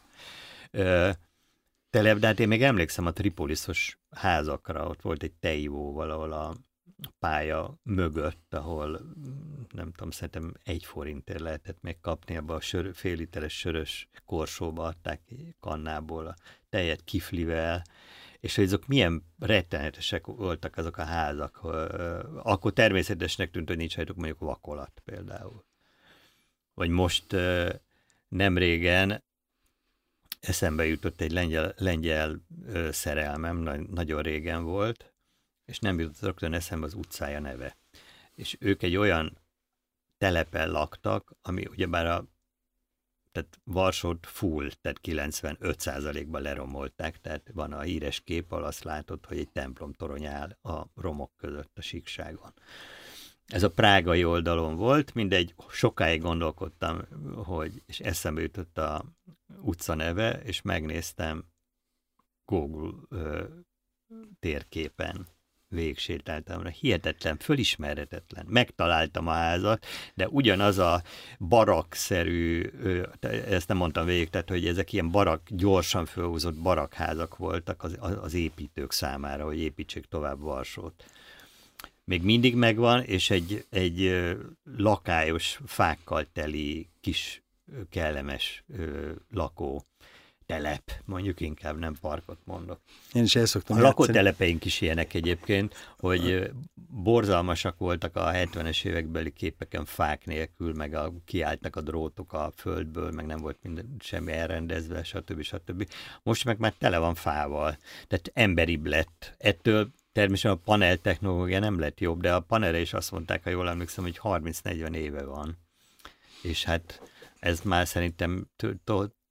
telep, de hát én még emlékszem a tripoliszos házakra, ott volt egy tejivó valahol a pálya mögött, ahol nem tudom, szerintem 1 forintért lehetett még kapni, abba a fél literes sörös korsóba adták kannából a tejet kiflivel, és hogy azok milyen rettenetesek voltak azok a házak. Akkor természetesnek tűnt, hogy nincs rajtuk mondjuk vakolat például. Vagy most nem régen eszembe jutott egy lengyel szerelmem, nagyon régen volt, és nem jutott rögtön eszembe az utcája neve. És ők egy olyan telepen laktak, ami ugyebár tehát Varsót full, tehát 95%-ban leromolták, tehát van a híres kép, ahol azt látod, hogy egy templomtorony áll a romok között a síkságon. Ez a prágai oldalon volt, mindegy, sokáig gondolkodtam, és eszembe jutott a utca neve, és megnéztem Google térképen, végigsétáltam, hihetetlen, fölismerhetetlen. Megtaláltam a házat, de ugyanaz a barakszerű, ezt nem mondtam végig, tehát hogy ezek ilyen gyorsan fölhúzott barakházak voltak az építők számára, hogy építsék tovább Varsót. Még mindig megvan, és egy lakályos, fákkal teli, kis, kellemes lakó telep, mondjuk inkább, nem parkot mondok. Én is el szoktam a lakótelepeink is ilyenek egyébként, hogy borzalmasak voltak a 70-es évekbeli képeken fák nélkül, meg kiálltak a drótok a földből, meg nem volt semmi elrendezve, stb. Most meg már tele van fával, tehát emberibb lett. Ettől természetesen a panel technológia nem lett jobb, de a panelre is azt mondták, ha jól emlékszem, hogy 30-40 éve van. És hát ez már szerintem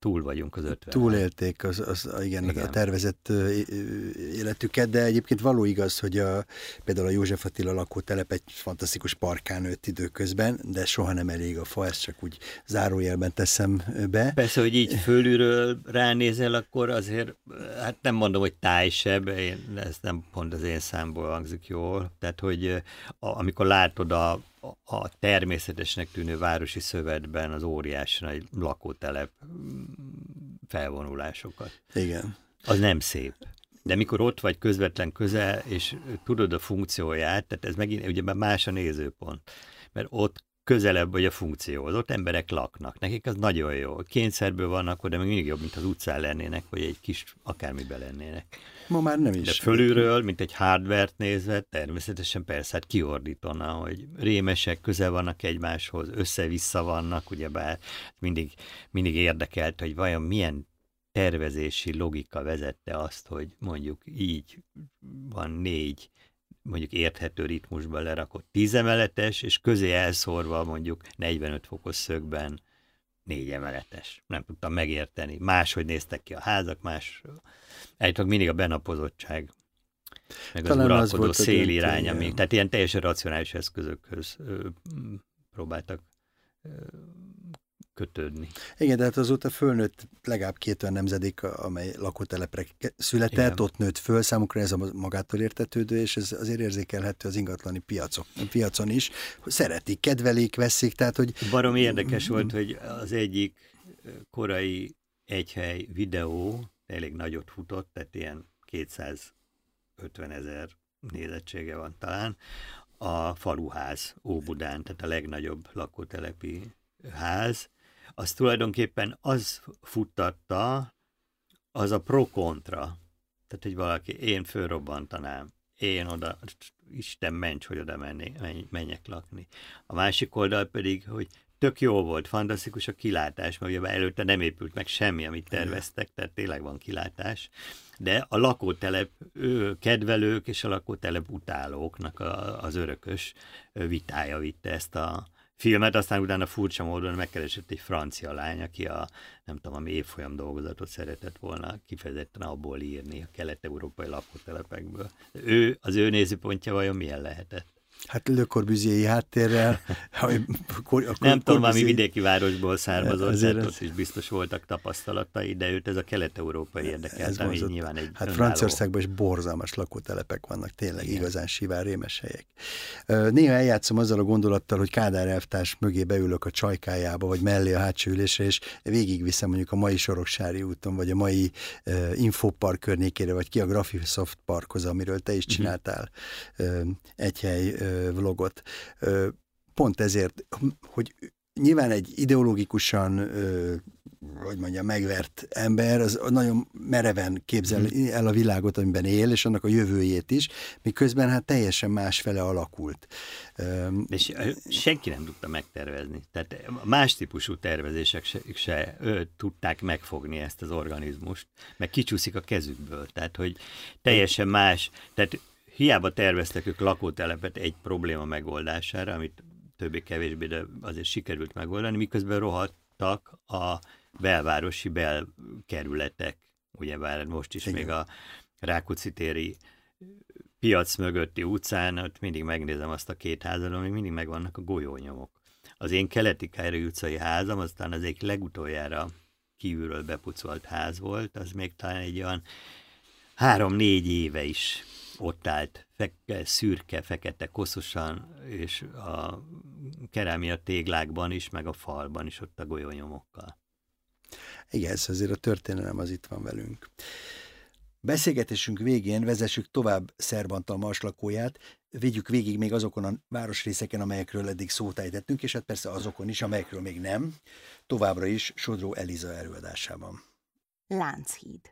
túl vagyunk az 50-en. Túlélték igen, a tervezett életüket, de egyébként való igaz, hogy például a József Attila lakótelep egy fantasztikus parkán nőtt időközben, de soha nem elég a fa, ezt csak úgy zárójelben teszem be. Persze, hogy így fölülről ránézel, akkor azért, hát nem mondom, hogy tájsebb, ez nem pont az én számból hangzik jól, tehát, hogy amikor látod a természetesnek tűnő városi szövetben az óriási nagy lakótelep felvonulásokat. Igen. Az nem szép. De mikor ott vagy közvetlen közel, és tudod a funkcióját, tehát ez megint ugye más a nézőpont, mert ott közelebb vagy a funkcióhoz, ott emberek laknak, nekik az nagyon jó. Kényszerből vannak, de még mindig jobb, mint az utcán lennének, vagy egy kis akármiben lennének. Ma már nem is. De fölülről, mint egy hardvert nézve, természetesen persze hát kiordítana, hogy rémesek, közel vannak egymáshoz, össze-vissza vannak, ugyebár mindig érdekelt, hogy vajon milyen tervezési logika vezette azt, hogy mondjuk így van 4 mondjuk érthető ritmusban lerakott 10 emeletes, és közé elszórva mondjuk 45 fokos szögben 4 emeletes. Nem tudtam megérteni. Máshogy néztek ki a házak, állítólag mindig a benapozottság, meg talán az uralkodó szélirány, tehát ilyen teljesen racionális eszközökhöz próbáltak kötődni. Igen, de hát azóta fölnőtt legalább 2 olyan nemzedék, amely lakótelepre született, igen. Ott nőtt föl, számukra ez a magától értetődő, és ez azért érzékelhető az ingatlani piacon is. Szeretik, kedvelik, veszik, tehát hogy... Baromi érdekes volt, hogy az egyik korai egyhely videó elég nagyot futott, tehát ilyen 250 000 nézettsége van talán, a faluház Óbudán, tehát a legnagyobb lakótelepi ház, az tulajdonképpen az futtatta, az a pro-kontra. Tehát, hogy valaki, én fölrobbantanám, én oda, Isten ments, hogy oda menjek lakni. A másik oldal pedig, hogy tök jó volt, fantasztikus a kilátás, mert ugye előtte nem épült meg semmi, amit terveztek, tehát tényleg van kilátás, de a lakótelep kedvelők és a lakótelep utálóknak az örökös vitája vitte ezt a filmet, aztán utána furcsa módon megkeresett egy francia lány, aki nem tudom, ami évfolyam dolgozatot szeretett volna kifejezetten abból írni a kelet-európai lakótelepekből. Az ő nézőpontja vajon milyen lehetett? Hát Le Corbusier-i háttérrel. Nem tudom, valami vidéki városból származott, tehát ott is biztos voltak tapasztalatai, de őt ez a kelet-európai érdekelt, ami nyilván egy hát Franciaországban is borzalmas lakótelepek vannak, tényleg igen. Igazán sivár rémes helyek. Néha eljátszom azzal a gondolattal, hogy Kádár elvtárs mögé beülök a csajkájába, vagy mellé a hátsó ülésre, és végigviszem mondjuk a mai Soroksári úton, vagy a mai Infopark környékére, vagy ki a Graphisoft parkhoz, amiről te is csináltál egy hely vlogot. Pont ezért, hogy nyilván egy ideológikusan, hogy mondjam, megvert ember, az nagyon mereven képzel el a világot, amiben él, és annak a jövőjét is, miközben hát teljesen másfele alakult. És senki nem tudta megtervezni. Tehát más típusú tervezések se tudták megfogni ezt az organizmust, meg kicsúszik a kezükből. Tehát, hogy teljesen más, tehát hiába terveztek ők lakótelepet egy probléma megoldására, amit többé-kevésbé, de azért sikerült megoldani, miközben rohadtak a belvárosi belkerületek, ugyebár most is igen. Még a Rákóczi téri piac mögötti utcán, ott mindig megnézem azt a 2 házat, amíg mindig megvannak a golyónyomok. Az én keleti Károly utcai házam, aztán az egyik legutoljára kívülről bepucolt ház volt, az még talán egy olyan 3-4 éve is ott állt, szürke, fekete, koszosan, és a kerámia téglákban is, meg a falban is ott a golyónyomokkal. Igen, ez azért a történelem az itt van velünk. Beszélgetésünk végén vezessük tovább Szerbantal marslakóját, vigyük végig még azokon a városrészeken, amelyekről eddig szót ejtettünk, és hát persze azokon is, amelyekről még nem, továbbra is Sodró Eliza előadásában. Lánchíd.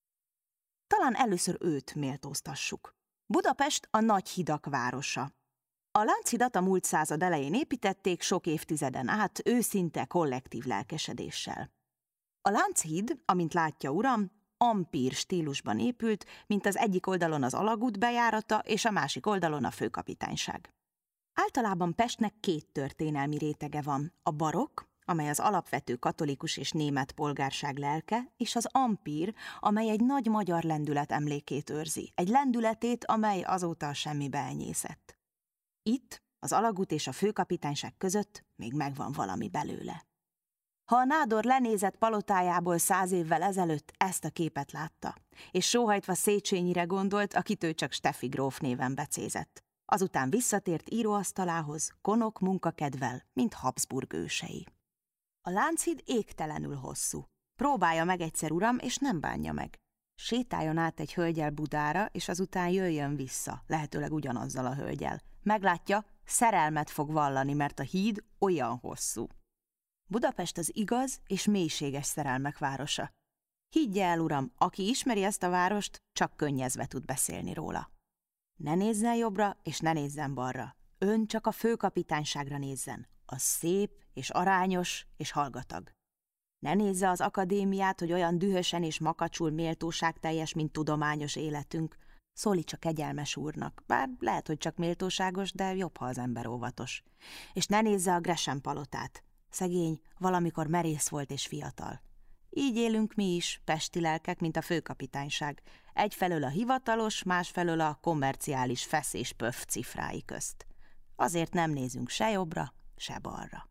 Talán először őt méltóztassuk. Budapest a nagy hidak városa. A Lánchidat a múlt század elején építették sok évtizeden át őszinte kollektív lelkesedéssel. A Lánchíd, amint látja uram, ampír stílusban épült, mint az egyik oldalon az alagút bejárata és a másik oldalon a főkapitányság. Általában Pestnek 2 történelmi rétege van, a barokk, amely az alapvető katolikus és német polgárság lelke, és az ampír, amely egy nagy magyar lendület emlékét őrzi, egy lendületét, amely azóta a semmibe elnyészett. Itt, az alagút és a főkapitányság között még megvan valami belőle. Ha a nádor lenézett palotájából 100 évvel ezelőtt, ezt a képet látta, és sóhajtva Széchenyire gondolt, akit ő csak Steffi gróf néven becézett. Azután visszatért íróasztalához, konok munkakedvel, mint Habsburg ősei. A Lánchíd égtelenül hosszú. Próbálja meg egyszer, uram, és nem bánja meg. Sétáljon át egy hölgyel Budára, és azután jöjjön vissza, lehetőleg ugyanazzal a hölgyel. Meglátja, szerelmet fog vallani, mert a híd olyan hosszú. Budapest az igaz és mélységes szerelmek városa. Higgye el, uram, aki ismeri ezt a várost, csak könnyezve tud beszélni róla. Ne nézzen jobbra, és ne nézzen balra. Ön csak a főkapitányságra nézzen. Az szép, és arányos, és hallgatag. Ne nézze az akadémiát, hogy olyan dühösen és makacsul méltóságteljes, mint tudományos életünk. Szólítsa kegyelmes úrnak, bár lehet, hogy csak méltóságos, de jobb, ha az ember óvatos. És ne nézze a Gresham palotát. Szegény, valamikor merész volt és fiatal. Így élünk mi is, pesti lelkek, mint a főkapitányság. Egyfelől a hivatalos, másfelől a kommerciális fesz és pöf cifrái közt. Azért nem nézünk se jobbra, se balra.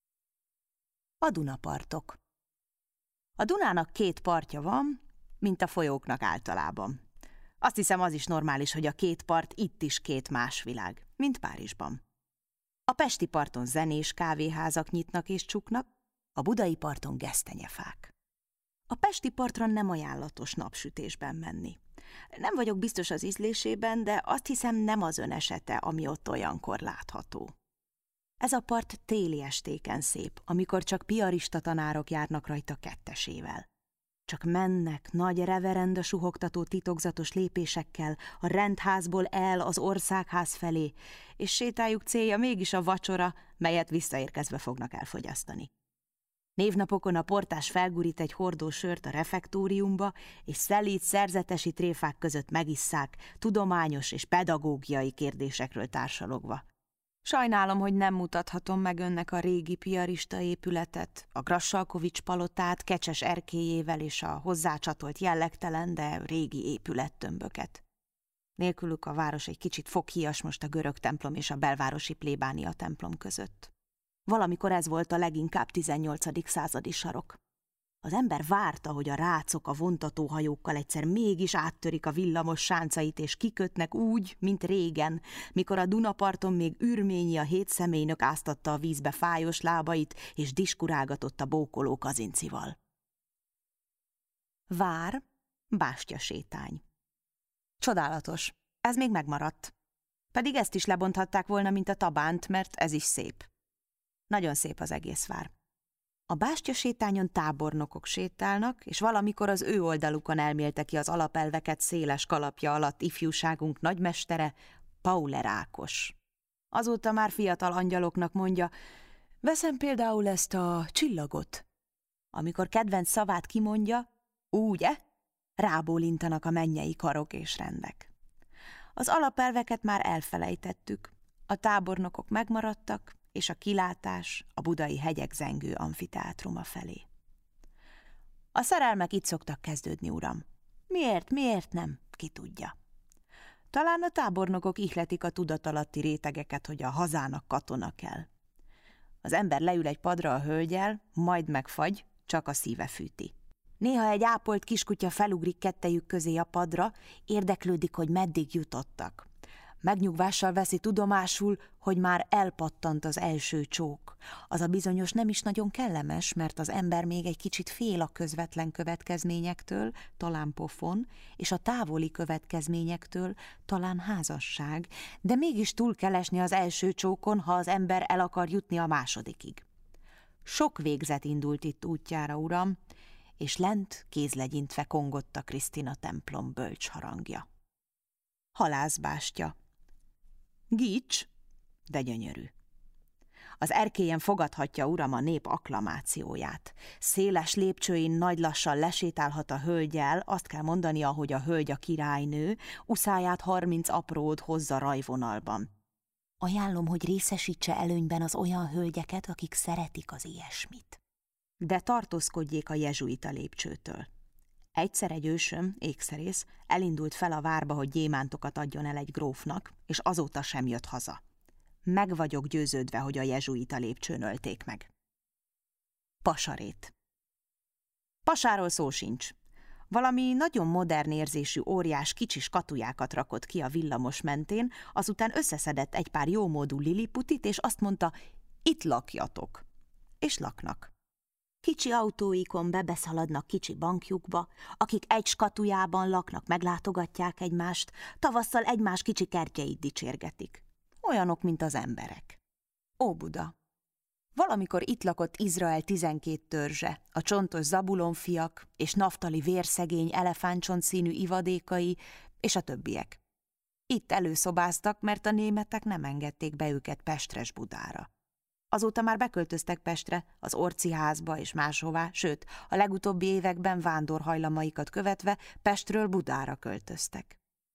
A Dunapartok. A Dunának 2 partja van, mint a folyóknak általában. Azt hiszem, az is normális, hogy a 2 part itt is 2 más világ, mint Párizsban. A pesti parton zenés kávéházak nyitnak és csuknak, a budai parton gesztenyefák. A pesti partra nem ajánlatos napsütésben menni. Nem vagyok biztos az ízlésében, de azt hiszem, nem az ön esete, ami ott olyankor látható. Ez a part téli estéken szép, amikor csak piarista tanárok járnak rajta 2-esével. Csak mennek nagy reverenda suhogtató titokzatos lépésekkel a rendházból el az országház felé, és sétájuk célja mégis a vacsora, melyet visszaérkezve fognak elfogyasztani. Névnapokon a portás felgurít egy hordó sört a refektóriumba, és szelíd szerzetesi tréfák között megisszák, tudományos és pedagógiai kérdésekről társalogva. Sajnálom, hogy nem mutathatom meg önnek a régi piarista épületet, a Grassalkovics palotát kecses erkélyével és a hozzácsatolt jellegtelen, de régi épülettömböket. Nélkülük a város egy kicsit foghíjas most a görög templom és a belvárosi plébánia templom között. Valamikor ez volt a leginkább 18. századi sarok. Az ember várta, hogy a rácok a vontatóhajókkal egyszer mégis áttörik a villamos sáncait, és kikötnek úgy, mint régen, mikor a Dunaparton még Ürményi a 7 személynök áztatta a vízbe fájos lábait, és diskurálgatott a bókoló kazincival. Vár, bástyasétány. Csodálatos, ez még megmaradt. Pedig ezt is lebonthatták volna, mint a Tabánt, mert ez is szép. Nagyon szép az egész vár. A bástyasétányon tábornokok sétálnak, és valamikor az ő oldalukon elmélte ki az alapelveket széles kalapja alatt ifjúságunk nagymestere, Pauler Ákos. Azóta már fiatal angyaloknak mondja, veszem például ezt a csillagot. Amikor kedvenc szavát kimondja, úgy-e? Rábólintanak a mennyei karok és rendek. Az alapelveket már elfelejtettük, a tábornokok megmaradtak, és a kilátás a budai hegyek zengő amfiteátruma felé. A szerelmek itt szoktak kezdődni, uram. Miért nem? Ki tudja. Talán a tábornokok ihletik a tudatalatti rétegeket, hogy a hazának katona kell. Az ember leül egy padra a hölgyel, majd megfagy, csak a szíve fűti. Néha egy ápolt kiskutya felugrik kettejük közé a padra, érdeklődik, hogy meddig jutottak. Megnyugvással veszi tudomásul, hogy már elpattant az első csók. Az a bizonyos nem is nagyon kellemes, mert az ember még egy kicsit fél a közvetlen következményektől, talán pofon, és a távoli következményektől, talán házasság, de mégis túl kell esni az első csókon, ha az ember el akar jutni a másodikig. Sok végzet indult itt útjára, uram, és lent kézlegyintve kongott a Krisztina templom bölcs harangja. Halászbástya. Gics, de gyönyörű. Az erkélyen fogadhatja, uram, a nép akklamációját. Széles lépcsőin nagy lassan lesétálhat a hölgyel, azt kell mondania, hogy a hölgy a királynő, uszáját 30 apród hozza rajvonalban. Ajánlom, hogy részesítse előnyben az olyan hölgyeket, akik szeretik az ilyesmit. De tartózkodjék a jezsuita lépcsőtől. Egyszer egy ősöm, ékszerész, elindult fel a várba, hogy gyémántokat adjon el egy grófnak, és azóta sem jött haza. Meg vagyok győződve, hogy a jezsuita lépcsőn ölték meg. Pasarét. Pasáról szó sincs. Valami nagyon modern érzésű óriás kicsi skatujákat rakott ki a villamos mentén, azután összeszedett egy pár jómódú liliputit, és azt mondta, itt lakjatok. És laknak. Kicsi autóikon bebeszaladnak kicsi bankjukba, akik egy skatujában laknak, meglátogatják egymást, tavasszal egymás kicsi kertjeit dicsérgetik. Olyanok, mint az emberek. Óbuda. Valamikor itt lakott Izrael 12 törzse, a csontos Zabulon fiak, és Naftali vérszegény elefántcsont színű ivadékai, és a többiek. Itt előszobáztak, mert a németek nem engedték be őket Pestres-Budára. Azóta már beköltöztek Pestre, az Orci házba és máshová, sőt, a legutóbbi években vándorhajlamaikat követve Pestről Budára költöztek.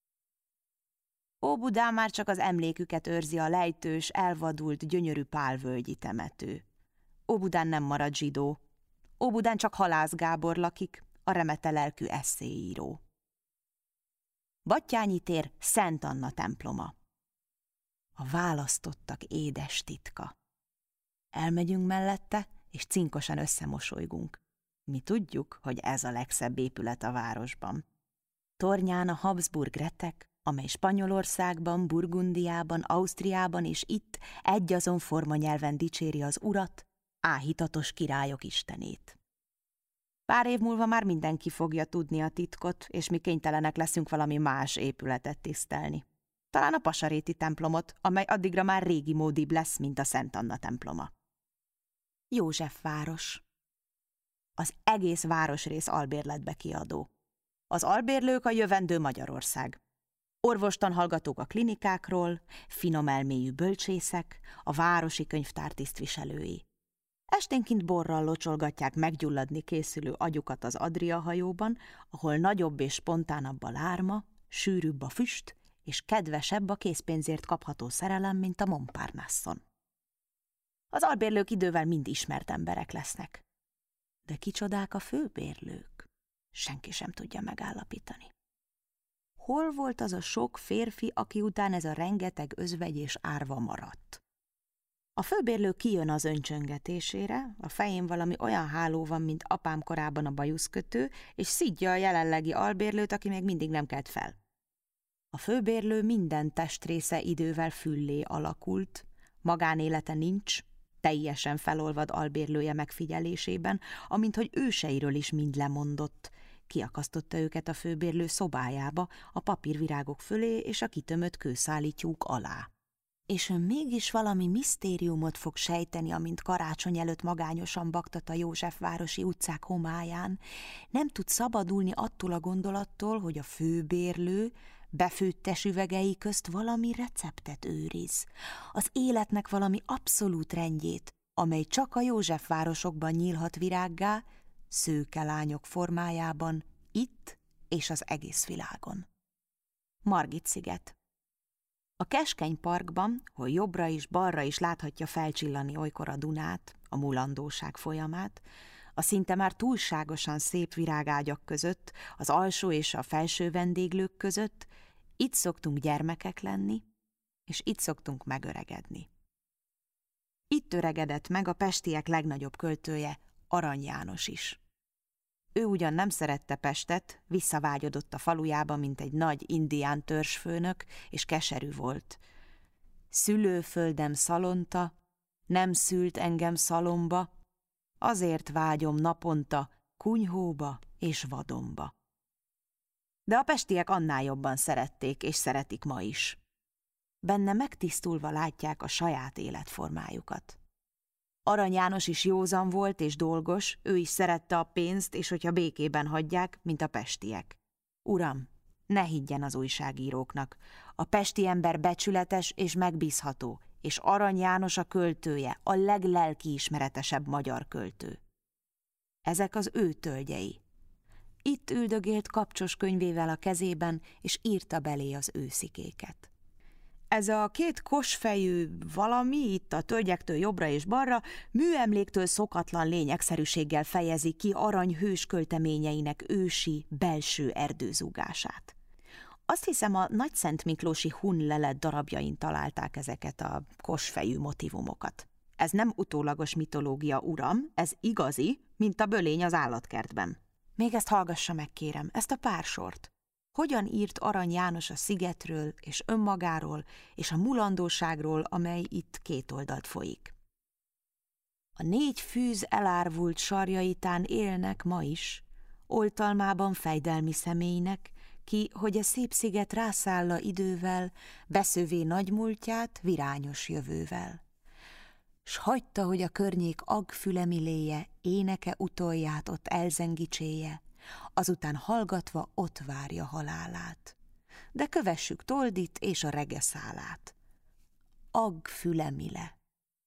Óbudán már csak az emléküket őrzi a lejtős, elvadult, gyönyörű pálvölgyi temető. Óbudán nem marad zsidó. Óbudán csak Halász Gábor lakik, a remete lelkű esszéíró. Battyányi tér Szent Anna temploma. A választottak édes titka. Elmegyünk mellette, és cinkosan összemosolygunk. Mi tudjuk, hogy ez a legszebb épület a városban. Tornyán a Habsburg retek, amely Spanyolországban, Burgundiában, Ausztriában és itt egyazon formanyelven dicséri az urat, áhítatos királyok istenét. Pár év múlva már mindenki fogja tudni a titkot, és mi kénytelenek leszünk valami más épületet tisztelni. Talán a pasaréti templomot, amely addigra már régi módibb lesz, mint a Szent Anna temploma. Józsefváros. Az egész városrész albérletbe kiadó. Az albérlők a jövendő Magyarország. Orvostanhallgatók a klinikákról, finom elmélyű bölcsészek, a városi könyvtár tisztviselői. Esténként borral locsolgatják meggyulladni készülő agyukat az Adria hajóban, ahol nagyobb és spontánabb a lárma, sűrűbb a füst, és kedvesebb a készpénzért kapható szerelem, mint a Montparnasse-on. Az albérlők idővel mind ismert emberek lesznek. De kicsodák a főbérlők? Senki sem tudja megállapítani. Hol volt az a sok férfi, aki után ez a rengeteg özvegy és árva maradt? A főbérlő kijön az öncsöngetésére, a fején valami olyan háló van, mint apám korában a bajuszkötő, és szidja a jelenlegi albérlőt, aki még mindig nem kelt fel. A főbérlő minden testrésze idővel füllé alakult, magánélete nincs, teljesen felolvad albérlője megfigyelésében, amint hogy őseiről is mind lemondott. Kiakasztotta őket a főbérlő szobájába, a papírvirágok fölé és a kitömött kőszállítyúk alá. És ön mégis valami misztériumot fog sejteni, amint karácsony előtt magányosan baktat a Józsefvárosi utcák homályán. Nem tud szabadulni attól a gondolattól, hogy a főbérlő befőttes üvegei közt valami receptet őriz. Az életnek valami abszolút rendjét, amely csak a Józsefvárosokban nyílhat virággá, szőke lányok formájában, itt és az egész világon. Margit-sziget. A keskeny parkban, hol jobbra is, balra is láthatja felcsillani olykor a Dunát, a mulandóság folyamát, a szinte már túlságosan szép virágágyak között, az alsó és a felső vendéglők között, itt szoktunk gyermekek lenni, és itt szoktunk megöregedni. Itt öregedett meg a pestiek legnagyobb költője, Arany János is. Ő ugyan nem szerette Pestet, visszavágyodott a falujába, mint egy nagy indián törzsfőnök, és keserű volt. Szülőföldem Szalonta, nem szült engem szalomba, azért vágyom naponta kunyhóba és vadonba. De a pestiek annál jobban szerették, és szeretik ma is. Benne megtisztulva látják a saját életformájukat. Arany János is józan volt és dolgos, ő is szerette a pénzt, és hogyha békében hagyják, mint a pestiek. Uram, ne higgyen az újságíróknak. A pesti ember becsületes és megbízható, és Arany János a költője, a leglelkiismeretesebb magyar költő. Ezek az ő tölgyei. Itt üldögélt kapcsos könyvével a kezében, és írta belé az őszikéket. Ez a két kosfejű valami itt a tölgyektől jobbra és balra műemléktől szokatlan lényegszerűséggel fejezi ki arany hős költeményeinek ősi, belső erdőzúgását. Azt hiszem, a nagyszentmiklósi hun lelet darabjain találták ezeket a kosfejű motivumokat. Ez nem utólagos mitológia, uram, ez igazi, mint a bölény az állatkertben. Még ezt hallgassa meg, kérem, ezt a pár sort. Hogyan írt Arany János a szigetről és önmagáról és a mulandóságról, amely itt két oldalt folyik. A 4 fűz elárvult sarjaitán élnek ma is, oltalmában fejdelmi személynek, ki, hogy a szép sziget rászálla idővel, beszövé nagymúltját virányos jövővel. S hagyta, hogy a környék agfülemiléje éneke utolját ott elzengicséje, azután hallgatva ott várja halálát. De kövessük Toldit és a regeszálát. Agfülemile.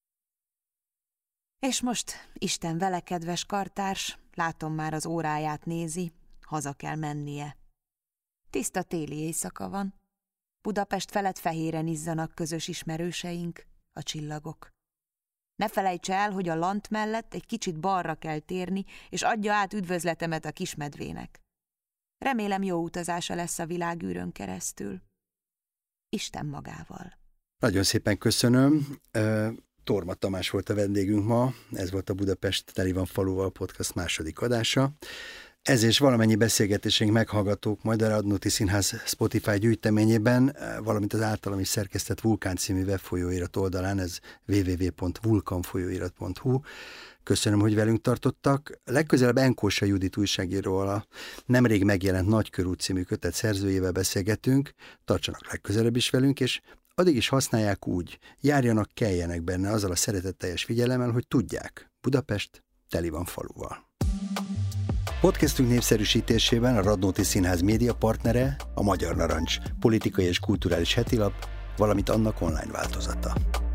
És most, Isten vele, kedves kartárs, látom már az óráját nézi, haza kell mennie. Tiszta téli éjszaka van. Budapest felett fehéren izzanak közös ismerőseink, a csillagok. Ne felejts el, hogy a lant mellett egy kicsit balra kell térni, és adja át üdvözletemet a kismedvének. Remélem, jó utazása lesz a világűrön keresztül. Isten magával. Nagyon szépen köszönöm. Torma Tamás volt a vendégünk ma, ez volt a Budapest Teli van faluval podcast második adása. Ez és valamennyi beszélgetésünk meghallgatók majd a Radnóti Színház Spotify gyűjteményében, valamint az általam is szerkesztett Vulkán című webfolyóirat oldalán, ez www.vulkanfolyóirat.hu. Köszönöm, hogy velünk tartottak. Legközelebb Enkósa Judit újságíróval a nemrég megjelent Nagykörút című kötet szerzőjével beszélgetünk. Tartsanak legközelebb is velünk, és addig is használják úgy, járjanak, keljenek benne azzal a szeretetteljes figyelemmel, hogy tudják, Budapest teli van faluval. Podcastünk népszerűsítésében a Radnóti Színház média partnere a Magyar Narancs, politikai és kulturális hetilap, valamint annak online változata.